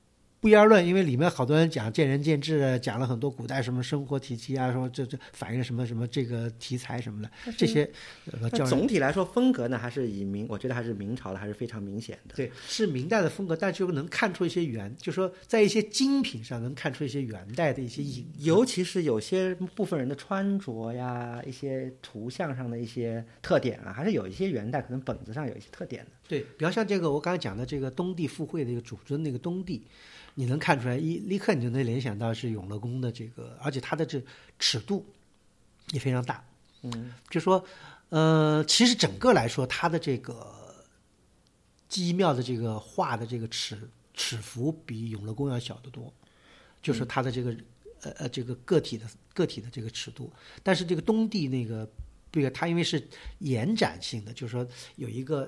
不言而论，因为里面好多人讲见仁见智，讲了很多古代什么生活体系啊，说这这反映什么什么这个题材什么的，这些呃但总体来说风格呢还是以明，我觉得还是明朝的还是非常明显的。 对，是明代的风格，但就能看出一些元，就说在一些精品上能看出一些元代的一些影子， 尤其是有些部分人的穿着呀，一些图像上的一些特点啊，还是有一些元代可能本子上有一些特点的。 对，比方像这个我刚才讲的这个东帝赴会的一个主尊那个东帝，你能看出来一立刻你就能联想到是永乐宫的这个，而且它的这尺度也非常大。 嗯， 就说呃，其实整个来说，它的这个记忆庙的这个画的这个尺尺幅比永乐宫要小得多，就是它的这个、嗯、呃呃这个个体的个体的这个尺度，但是这个东帝那个这个它因为是延展性的，就是说有一个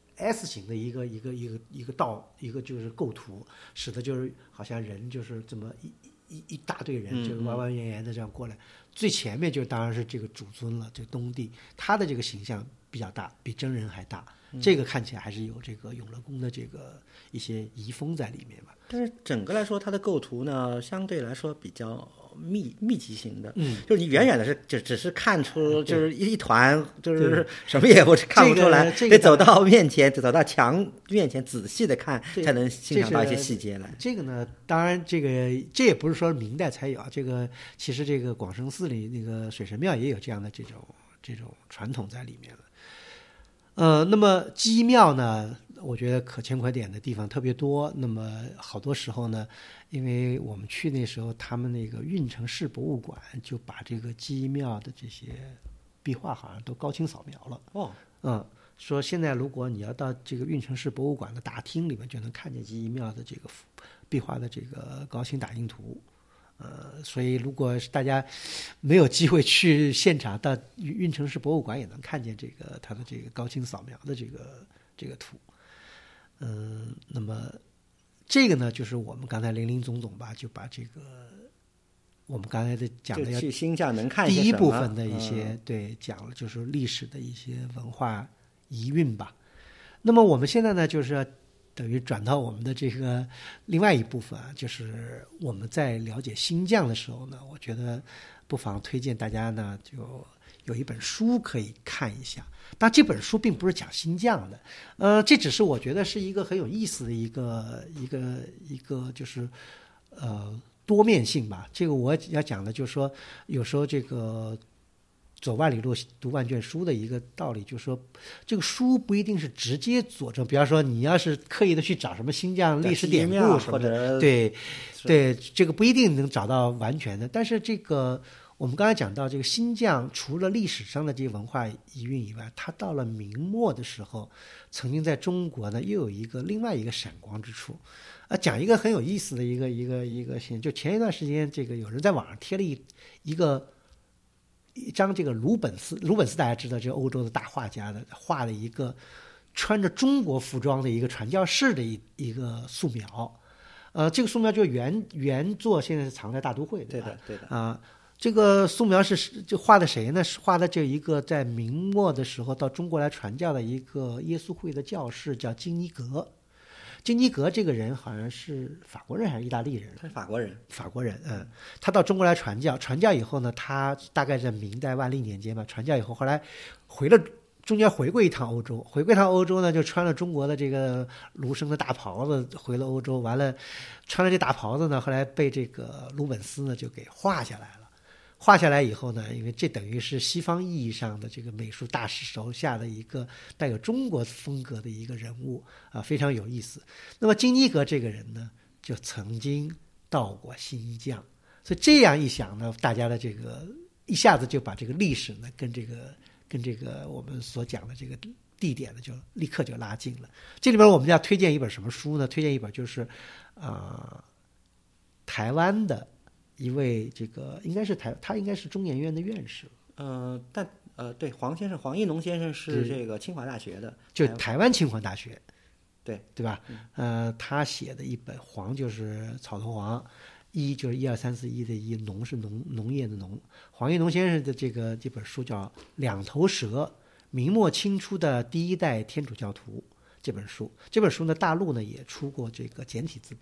S 型的一个一个一个一个道一个就是构图，使得就是好像人就是这么一一一大队人就是弯弯圆圆的这样过来，嗯、最前面就当然是这个主尊了，这个东帝，他的这个形象比较大，比真人还大，嗯、这个看起来还是有这个永乐宫的这个一些遗风在里面吧。 但是整个来说，它的构图呢，相对来说比较密密集型的， 嗯， 就是你远远的是就只是看出就是一一团，就是什么也不看不出来， 这个、 得走到面前，得走到墙面前仔细的看，才能欣赏到一些细节来。 这个呢，当然这个这也不是说明代才有啊，这个其实这个广生寺里那个水神庙也有这样的这种这种传统在里面了。呃，那么鸡庙呢，我觉得可圈可点的地方特别多。那么好多时候呢，因为我们去那时候，他们那个运城市博物馆就把这个鸡庙的这些壁画好像都高清扫描了。 哦， 嗯，说现在如果你要到这个运城市博物馆的大厅里面，就能看见鸡庙的这个壁画的这个高清打印图。呃，所以如果大家没有机会去现场，到运城市博物馆也能看见这个它的这个高清扫描的这个这个图。嗯、呃，那么这个呢，就是我们刚才林林总总吧，就把这个我们刚才的讲的要去新疆能看第一部分的一些、 嗯、 对讲了，就是历史的一些文化遗韵吧。那么我们现在呢，就是要等于转到我们的这个另外一部分啊，就是我们在了解新疆的时候呢，我觉得不妨推荐大家呢，就有一本书可以看一下。但这本书并不是讲新疆的，呃，这只是我觉得是一个很有意思的一个一个一个就是呃多面性吧。这个我要讲的就是说，有时候这个走万里路读万卷书的一个道理，就是说这个书不一定是直接佐证，比方说你要是刻意的去找什么新疆历史典故什么的，对对，这个不一定能找到完全的。但是这个我们刚才讲到这个新疆，除了历史上的这些文化遗韵以外，它到了明末的时候，曾经在中国呢又有一个另外一个闪光之处。啊，讲一个很有意思的一个一个一个现，就前一段时间，这个有人在网上贴了一一个一张这个鲁本斯，鲁本斯大家知道，这个欧洲的大画家的画了一个穿着中国服装的一个传教士的一一个素描。呃，这个素描就原原作现在是藏在大都会， 对的，对的啊。呃这个素描是就画的谁呢？是画的这一个在明末的时候到中国来传教的一个耶稣会的教士，叫金尼格。金尼格这个人好像是法国人还是意大利人？ 他是法国人， 法国人。嗯，他到中国来传教，传教以后呢，他大概在明代万历年间吧，传教以后，后来回了。中间回过一趟欧洲，回过一趟欧洲呢，就穿了中国的这个卢生的大袍子回了欧洲，完了穿了这大袍子呢，后来被这个鲁本斯呢就给画下来了。画下来以后呢，因为这等于是西方意义上的这个美术大师手下的一个带有中国风格的一个人物啊，非常有意思。那么金尼格这个人呢，就曾经到过新疆，所以这样一想呢，大家的这个一下子就把这个历史呢跟这个跟这个我们所讲的这个地点呢，就立刻就拉近了。这里边我们要推荐一本什么书呢？推荐一本就是啊、呃，台湾的。一位这个应该是台，他应该是中研院的院士。 呃，但呃，对，黄先生，黄义农先生是这个清华大学的， 就台湾清华大学， 对对吧？ 嗯、 呃，他写的一本黄就是草头黄，一就是一二三四一的一，农是农农业的农。黄义农先生的这个这本书叫《两头蛇：明末清初的第一代天主教徒》这本书。这本书呢，大陆呢也出过这个简体字本。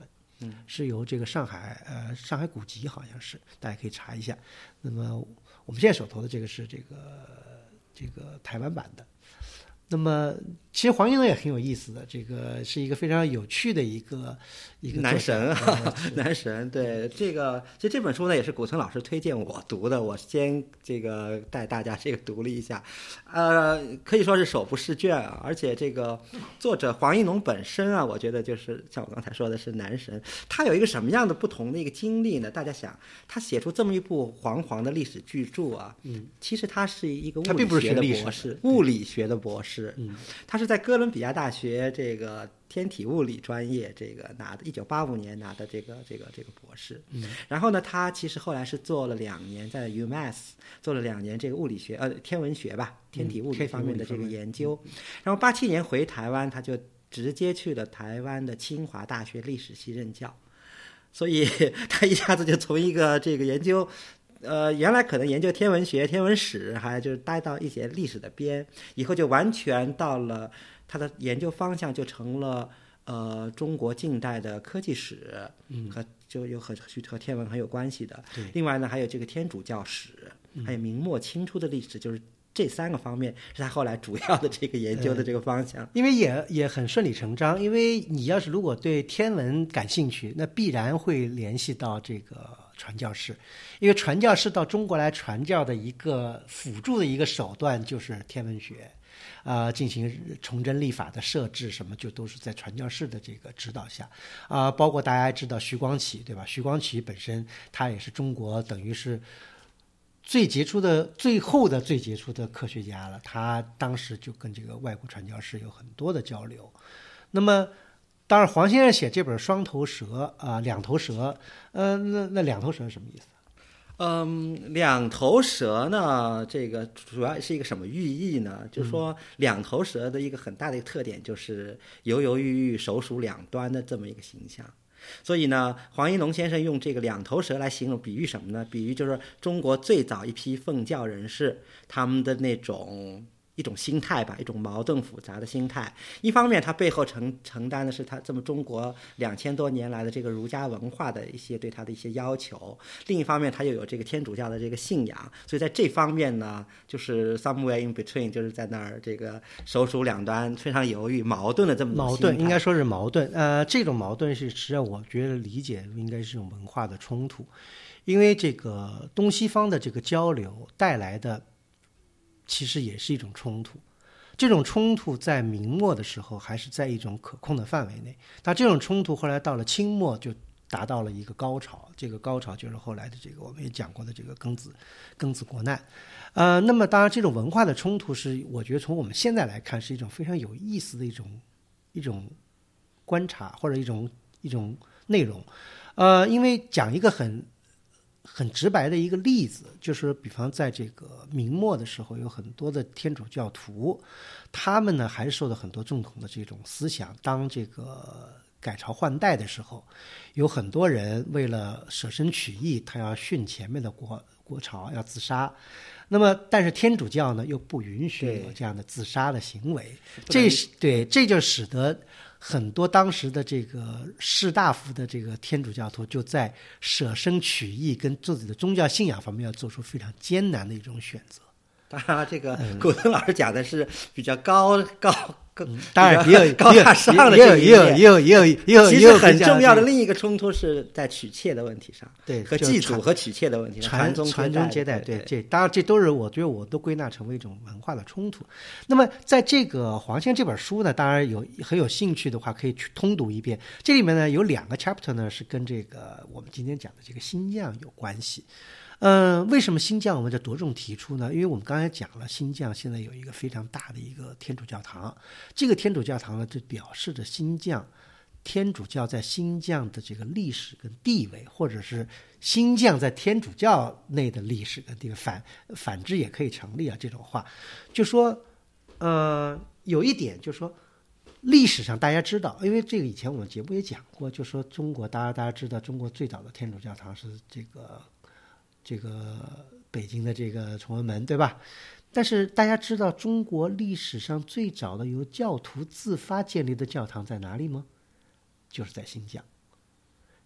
嗯，是由这个上海呃上海古籍好像是，大家可以查一下。那么我们现在手头的这个是这个这个台湾版的。那么其实黄英龙也很有意思的，这个是一个非常有趣的一个一个男神啊，男神。对，这个其实这本书呢也是古村老师推荐我读的，我先这个带大家这个读了一下，呃，可以说是手不释卷啊。而且这个作者黄英龙本身啊，我觉得就是像我刚才说的是男神。他有一个什么样的不同的一个经历呢？大家想，他写出这么一部煌煌的历史巨著啊，嗯，其实他是一个物理学的博士，物理学的博士。 嗯， 他是在哥伦比亚大学这个天体物理专业这个拿的，一九八五年拿的这个这个这个博士。 嗯， 然后呢，他其实后来是做了两年，在 UMass 做了两年这个物理学呃天文学吧，天体物理方面的这个研究。嗯、然后八七年回台湾，他就直接去了台湾的清华大学历史系任教，所以他一下子就从一个这个研究。呃，原来可能研究天文学、天文史，还就是待到一些历史的边，以后就完全到了他的研究方向就成了呃中国近代的科技史， 嗯， 和就有和和天文很有关系的。 对， 另外呢，还有这个天主教史，还有明末清初的历史，就是这三个方面是他后来主要的这个研究的这个方向。 因为也也很顺理成章，因为你要是如果对天文感兴趣，那必然会联系到这个。传教士，因为传教士到中国来传教的一个辅助的一个手段就是天文学，啊、呃，进行崇祯历法的设置，什么就都是在传教士的这个指导下，啊、呃，包括大家知道徐光启，对吧？徐光启本身他也是中国等于是最杰出的、最后的最杰出的科学家了，他当时就跟这个外国传教士有很多的交流，那么。当然，黄先生写这本《双头蛇》啊、呃，两头蛇，呃，那那两头蛇是什么意思？ 嗯，两头蛇呢，这个主要是一个什么寓意呢？就是说，两头蛇的一个很大的一个特点就是犹犹豫豫、手鼠两端的这么一个形象。所以呢，黄英龙先生用这个两头蛇来形容，比喻什么呢？比喻就是中国最早一批奉教人士他们的那种。一种心态吧，一种矛盾复杂的心态。一方面，它背后承承担的是它这么中国两千多年来的这个儒家文化的一些对它的一些要求；另一方面，它又有这个天主教的这个信仰。所以在这方面呢，就是 somewhere in between， 就是在那儿这个手鼠两端，非常犹豫、矛盾的这么矛盾，应该说是矛盾。呃，这种矛盾是实际上我觉得理解应该是这种文化的冲突，因为这个东西方的这个交流带来的。其实也是一种冲突，这种冲突在明末的时候还是在一种可控的范围内，但这种冲突后来到了清末就达到了一个高潮，这个高潮就是后来的这个我们也讲过的这个庚子庚子国难。呃，那么当然这种文化的冲突是我觉得从我们现在来看是一种非常有意思的一种一种观察或者一种一种内容。呃，因为讲一个很很直白的一个例子，就是比方在这个明末的时候，有很多的天主教徒，他们呢还是受到很多正统的这种思想。当这个改朝换代的时候，有很多人为了舍身取义，他要殉前面的国国朝，要自杀。那么，但是天主教呢又不允许有这样的自杀的行为，这是对，这就使得。很多当时的这个士大夫的这个天主教徒就在舍身取义跟自己的宗教信仰方面要做出非常艰难的一种选择。 当然，这个古村老师讲的是比较高高高， 当然也有高大上的也有也有也有也有也有其实很重要的另一个冲突是在娶妾的问题上， 对， 和祭祖和娶妾的问题上， 传宗传宗接代， 对，这当然这都是我觉得我都归纳成为一种文化的冲突。那么在这个黄先这本书呢，当然有很有兴趣的话可以去通读一遍。这里面呢有两个 chapter 呢是跟这个我们今天讲的这个新疆有关系。嗯、呃，为什么新疆我们就着重提出呢？因为我们刚才讲了，新疆现在有一个非常大的一个天主教堂，这个天主教堂呢，就表示着新疆天主教在新疆的这个历史跟地位，或者是新疆在天主教内的历史跟地位，反反之也可以成立啊。这种话，就说，呃，有一点就是说。历史上大家知道，因为这个以前我们节目也讲过，就说中国，大家大家知道，中国最早的天主教堂是这个这个北京的这个崇文门，对吧？但是大家知道中国历史上最早的由教徒自发建立的教堂在哪里吗？就是在新疆。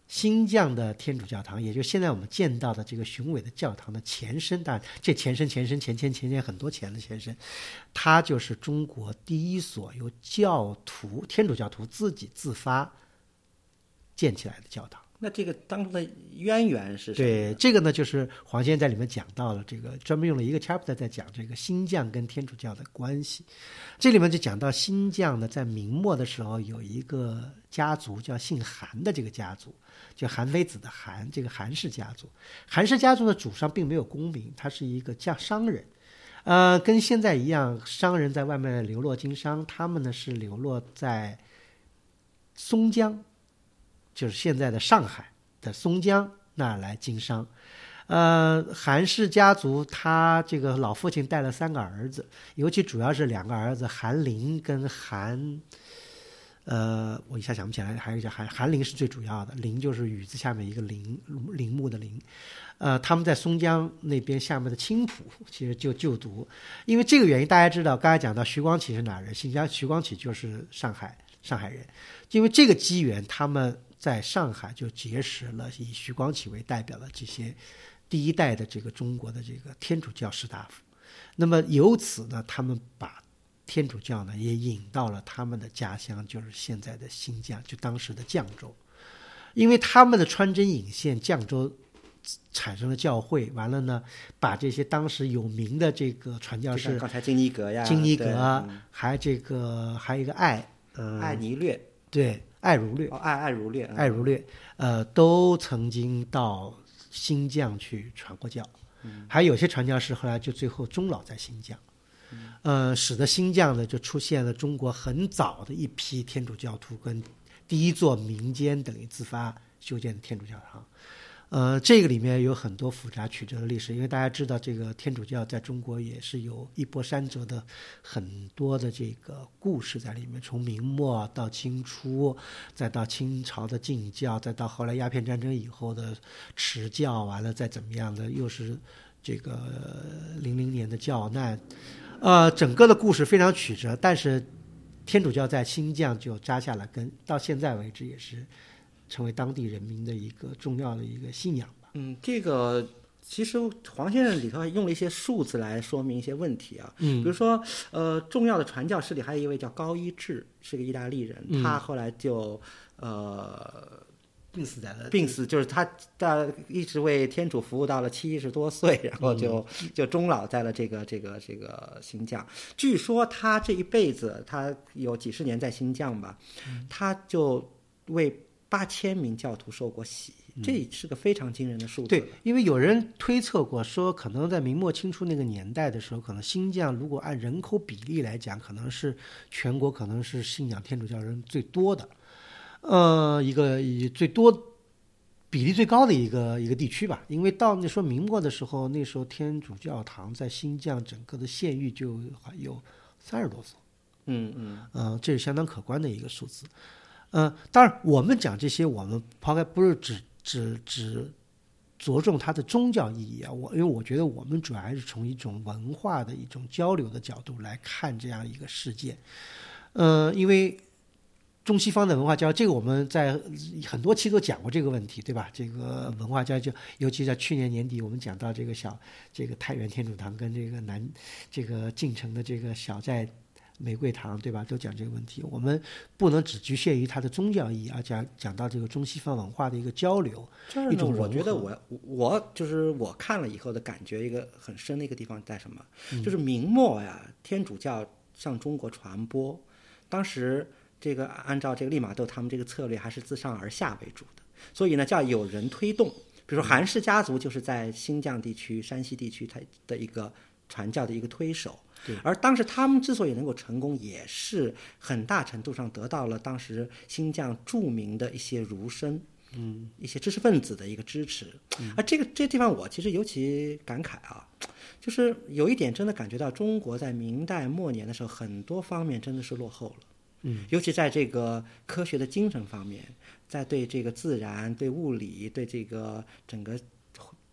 新绛的天主教堂，也就是现在我们见到的这个雄伟的教堂的前身，当然这前身前身前前前前很多前的前身，它就是中国第一所由教徒天主教徒自己自发建起来的教堂。 那这个当中的渊源是什么？ 对，这个呢，就是黄先生在里面讲到了这个，专门用了一个 chapter 在讲这个新绛跟天主教的关系。这里面就讲到新绛呢，在明末的时候有一个家族叫姓韩的这个家族，就韩非子的韩，这个韩氏家族。韩氏家族的祖上并没有功名，他是一个叫商人。呃，跟现在一样，商人在外面流落经商，他们呢是流落在松江，就是现在的上海的松江那儿来经商。呃，韩氏家族他这个老父亲带了三个儿子，尤其主要是两个儿子韩林跟韩，呃，我一下想不起来，还有一个叫韩韩林是最主要的，林就是雨字下面一个林，林木的林。呃，他们在松江那边下面的青浦其实就就读，因为这个原因，大家知道，刚才讲到徐光启是哪人？新疆徐光启就是上海上海人，因为这个机缘，他们在上海就结识了以徐光启为代表的这些第一代的这个中国的这个天主教士大夫。那么由此呢，他们把天主教呢也引到了他们的家乡，就是现在的新疆，就当时的绛州。因为他们的穿针引线，绛州产生了教会，完了呢，把这些当时有名的这个传教士， 刚才金尼格呀， 金尼格，还这个还有一个艾，呃， 艾尼略， 对，艾如略， 哦，艾艾如略， 艾如略，呃，都曾经到新绛去传过教，嗯、还有些传教士后来就最后终老在新绛，嗯、呃，使得新绛呢就出现了中国很早的一批天主教徒跟第一座民间等于自发修建的天主教堂。呃，这个里面有很多复杂曲折的历史，因为大家知道，这个天主教在中国也是有一波三折的很多的这个故事在里面，从明末到清初，再到清朝的禁教，再到后来鸦片战争以后的持教，完了再怎么样的，又是这个零零年的教难，呃，整个的故事非常曲折，但是天主教在新绛就扎下了根，到现在为止也是成为当地人民的一个重要的一个信仰吧。 嗯，这个其实黄先生里头还用了一些数字来说明一些问题啊。嗯，比如说，呃，重要的传教士里还有一位叫高一智，是个意大利人，嗯、他后来就呃病死在了， 病死就是他他一直为天主服务到了七十多岁，然后就、嗯、就终老在了这个这个这个新绛。据说他这一辈子，他有几十年在新绛吧，嗯、他就为八千名教徒受过洗，这是个非常惊人的数字。 对，因为有人推测过说，可能在明末清初那个年代的时候，可能新绛如果按人口比例来讲，可能是全国可能是信仰天主教人最多的，呃，一个以最多比例最高的一个一个地区吧。因为到那时候明末的时候，那时候天主教堂在新绛整个的县域就有三十多所， 嗯嗯， 呃，这是相当可观的一个数字。呃，当然，我们讲这些，我们抛开不是只只只着重它的宗教意义啊。我因为我觉得我们主要还是从一种文化的一种交流的角度来看这样一个事件。呃，因为中西方的文化交，这个我们在很多期都讲过这个问题，对吧？这个文化交就，尤其在去年年底，我们讲到这个小这个太原天主堂跟这个南这个晋城的这个小寨玫瑰堂，对吧？都讲这个问题，我们不能只局限于它的宗教意义，而讲讲到这个中西方文化的一个交流， 一种我觉得我我就是我看了以后的感觉，一个很深的一个地方在什么？嗯、就是明末呀，天主教向中国传播，当时这个按照这个利玛窦他们这个策略，还是自上而下为主的，所以呢，叫有人推动。比如说韩氏家族就是在新绛地区、山西地区它的一个传教的一个推手。而当时他们之所以能够成功，也是很大程度上得到了当时新绛著名的一些儒生，嗯，一些知识分子的一个支持。嗯、而这个这地方我其实尤其感慨啊，就是有一点真的感觉到中国在明代末年的时候，很多方面真的是落后了。嗯，尤其在这个科学的精神方面，在对这个自然、对物理、对这个整个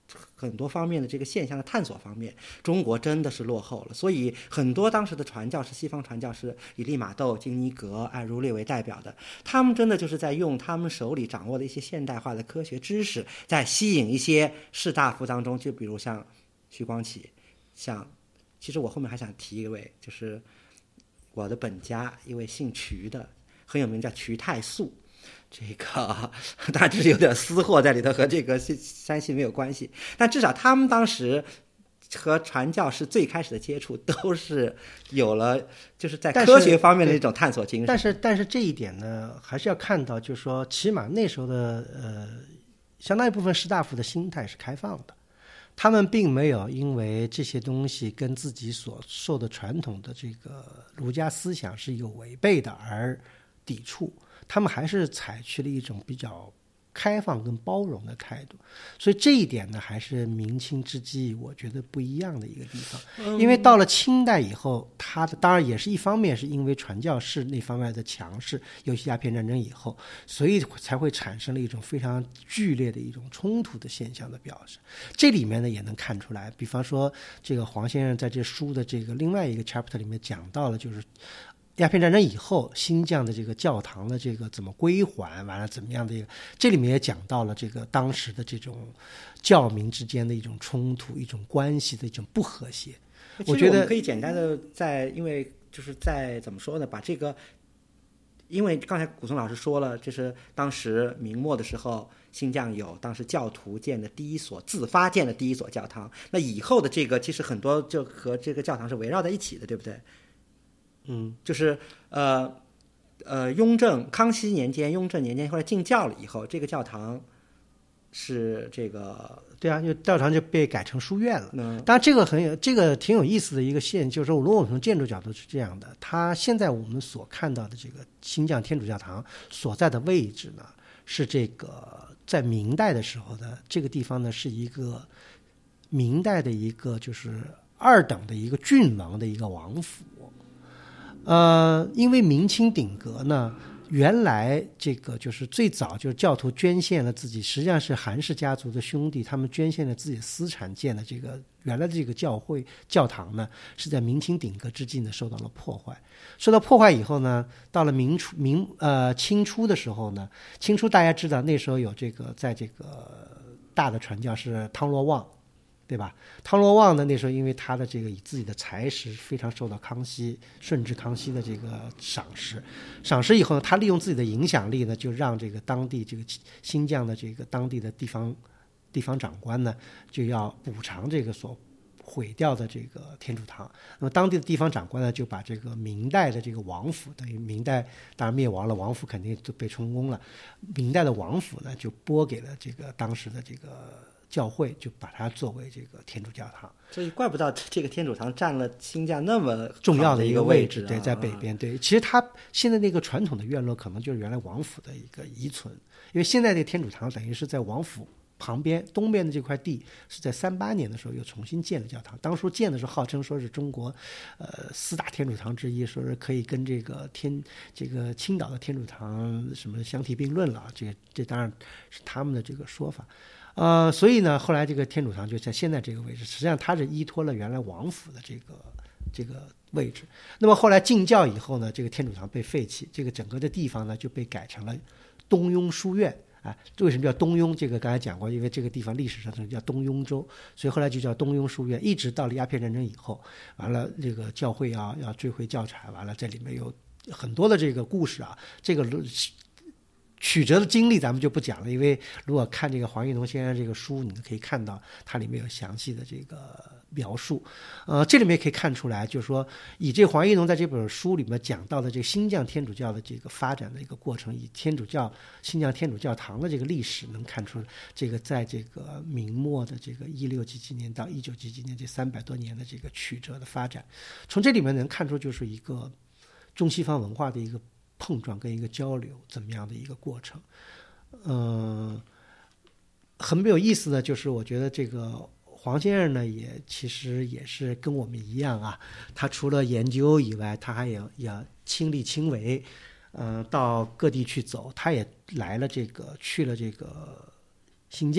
很多方面的这个现象的探索方面，中国真的是落后了。所以很多当时的传教士，西方传教士，以利玛窦、金尼格、艾如略为代表的，他们真的就是在用他们手里掌握的一些现代化的科学知识，在吸引一些士大夫当中，就比如像徐光启，像其实我后面还想提一位，就是我的本家一位姓瞿的很有名，叫瞿太素。这个当然这是有点私货在里头，和这个山西没有关系，但至少他们当时和传教士最开始的接触都是有了就是在科学方面的一种探索精神。 但是但是这一点呢，还是要看到，就是说起码那时候的呃相当一部分士大夫的心态是开放的，他们并没有因为这些东西跟自己所受的传统的这个儒家思想是有违背的而抵触，他们还是采取了一种比较开放跟包容的态度。所以这一点呢，还是明清之际我觉得不一样的一个地方。因为到了清代以后，它的当然也是一方面是因为传教士那方面的强势，尤其鸦片战争以后，所以才会产生了一种非常剧烈的一种冲突的现象的表示。这里面呢也能看出来，比方说这个黄先生在这书的这个另外一个 chapter 里面讲到了，就是鸦片战争以后新疆的这个教堂的这个怎么归还，完了怎么样的一个，这里面也讲到了这个当时的这种教民之间的一种冲突，一种关系的一种不和谐。我觉得我们可以简单的在，因为就是在怎么说呢，把这个，因为刚才古松老师说了，就是当时明末的时候，新疆有当时教徒建的第一所自发建的第一所教堂，那以后的这个其实很多就和这个教堂是围绕在一起的，对不对？ 嗯， 就是呃呃，雍正康熙年间、雍正年间后来禁教了以后，这个教堂是这个对啊，就教堂就被改成书院了。 嗯， 当然这个很有这个挺有意思的一个现，就是说，如果我们从建筑角度是这样的，它现在我们所看到的这个新疆天主教堂所在的位置呢，是这个在明代的时候的这个地方呢，是一个明代的一个就是二等的一个郡王的一个王府。呃，因为明清鼎革呢，原来这个就是最早就是教徒捐献了自己，实际上是韩氏家族的兄弟，他们捐献了自己的私产建的这个原来的这个教会教堂呢，是在明清鼎革之际呢受到了破坏。受到破坏以后呢，到了明初明呃清初的时候呢，清初大家知道那时候有这个在这个大的传教是汤若望。对吧？汤若望呢，那时候因为他的这个以自己的才识非常受到康熙顺治康熙的这个赏识，赏识以后呢，他利用自己的影响力呢，就让这个当地这个新疆的这个当地的地方地方长官呢，就要补偿这个所毁掉的这个天主堂。那么当地的地方长官呢，就把这个明代的这个王府，等于明代当然灭亡了，王府肯定都被充公了，明代的王府呢，就拨给了这个当时的这个教会，就把它作为这个天主教堂。 所以怪不到这个天主堂占了新疆那么重要的一个位置、啊， 对，在北边。对，其实它现在那个传统的院落可能就是原来王府的一个遗存，因为现在这个天主堂等于是在王府旁边东边的这块地，是在三八年的时候又重新建了教堂。当初建的时候号称说是中国呃四大天主堂之一，说是可以跟这个天这个青岛的天主堂什么相提并论了。这个这当然是他们的这个说法。呃，所以呢，后来这个天主堂就在现在这个位置，实际上它是依托了原来王府的这个这个位置。那么后来禁教以后呢，这个天主堂被废弃，这个整个的地方呢就被改成了东庸书院。啊，为什么叫东庸？这个刚才讲过，因为这个地方历史上叫东庸州，所以后来就叫东庸书院。一直到了鸦片战争以后，完了这个教会要要追回教产，完了这里面有很多的这个故事啊，这个曲折的经历咱们就不讲了，因为如果看这个黄玉农先生这个书，你可以看到它里面有详细的这个描述。呃，这里面可以看出来，就是说以这黄玉农在这本书里面讲到的这个新疆天主教的这个发展的一个过程，以天主教新疆天主教堂的这个历史，能看出这个在这个明末的这个一六几几年到一九几几年这三百多年的这个曲折的发展。从这里面能看出，就是一个中西方文化的一个碰撞跟一个交流怎么样的一个过程。嗯、呃，很没有意思的就是我觉得这个黄先生呢也其实也是跟我们一样啊，他除了研究以外，他还要要亲力亲为，呃，到各地去走。他也来了这个去了这个新疆，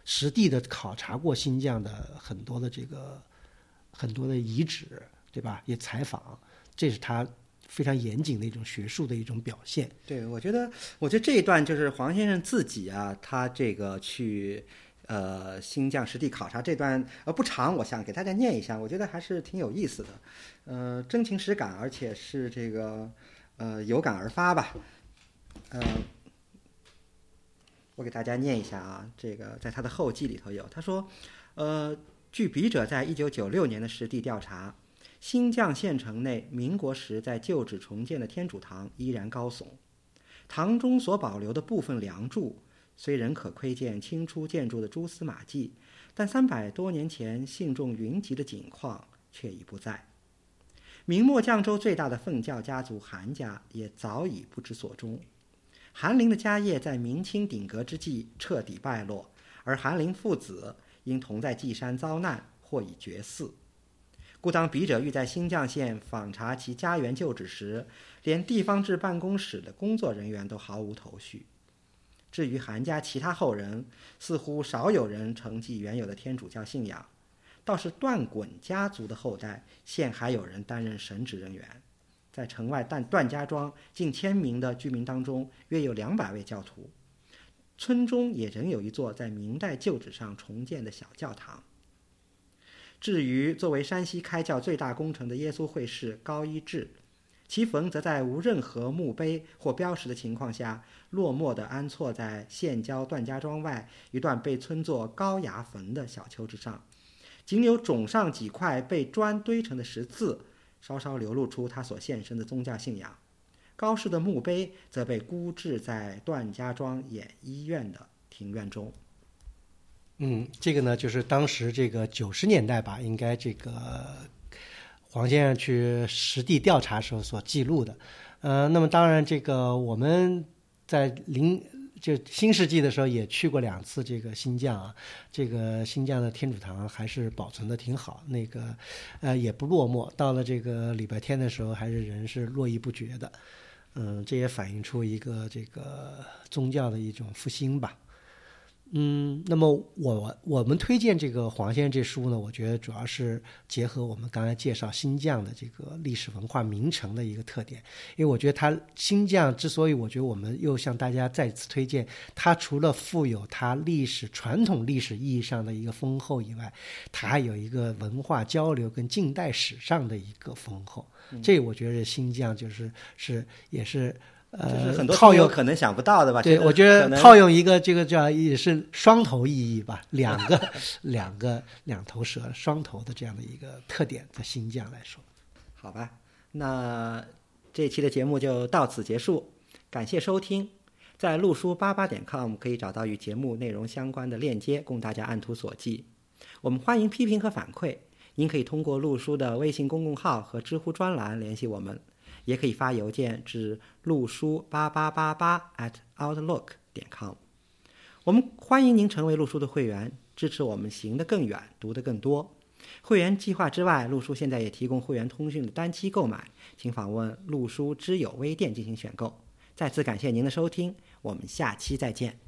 实地的考察过新疆的很多的这个很多的遗址，对吧？也采访，这是他非常严谨的一种学术的一种表现。 对，我觉得，我觉得这一段就是黄先生自己啊，他这个去呃新疆实地考察这段呃不长，我想给大家念一下，我觉得还是挺有意思的，呃，真情实感，而且是这个呃有感而发吧，呃，我给大家念一下啊，这个在他的后记里头有，他说，呃，据笔者在一九九六年的实地调查。新绛县城内民国时在旧址重建的天主堂依然高耸，堂中所保留的部分梁柱虽仍可窥见清初建筑的蛛丝马迹，但三百多年前信众云集的景况却已不在。明末绛州最大的奉教家族韩家也早已不知所终。韩林的家业在明清鼎革之际彻底败落，而韩林父子因同在稷山遭难，或已绝嗣。故当笔者欲在新绛县访查其家园旧址时，连地方志办公室的工作人员都毫无头绪。至于韩家其他后人，似乎少有人承继原有的天主教信仰，倒是段衮家族的后代，现还有人担任神职人员。在城外段段家庄近千名的居民当中，约有两百位教徒。村中也仍有一座在明代旧址上重建的小教堂。至于作为山西开教最大工程的耶稣会士高一智，其坟则在无任何墓碑或标识的情况下，落寞地安错在县郊段家庄外一段被称作高崖坟的小丘之上，仅有冢上几块被砖堆成的石字，稍稍流露出他所献身的宗教信仰。高氏的墓碑则被孤置在段家庄演医院的庭院中。 嗯，这个呢，就是当时这个九十年代吧，应该这个黄先生去实地调查时候所记录的。呃，那么当然，这个我们在零就新世纪的时候也去过两次这个新绛啊，这个新绛的天主堂还是保存的挺好，那个呃也不落寞。到了这个礼拜天的时候，还是人是络绎不绝的。嗯、呃，这也反映出一个这个宗教的一种复兴吧。嗯，那么我我们推荐这个黄先生这书呢，我觉得主要是结合我们刚才介绍新绛的这个历史文化名城的一个特点，因为我觉得它新绛之所以我觉得我们又向大家再次推荐，它除了富有它历史传统历史意义上的一个丰厚以外，它还有一个文化交流跟近代史上的一个丰厚，嗯、这我觉得新绛就是是也是。呃， 就是很多套用可能想不到的吧？ 对，我觉得套用一个这个叫也是双头意义吧，两个两个两头蛇双头的这样的一个特点，在新绛来说。 好吧，那这期的节目就到此结束，感谢收听。在路书八八点 com 可以找到与节目内容相关的链接，供大家按图索骥。我们欢迎批评和反馈，您可以通过路书的微信公众号和知乎专栏联系我们。也可以发邮件至路书八八八八 at outlook 点 com。我们欢迎您成为路书的会员，支持我们行得更远，读得更多。会员计划之外，路书现在也提供会员通讯的单期购买，请访问路书知友微店进行选购。再次感谢您的收听，我们下期再见。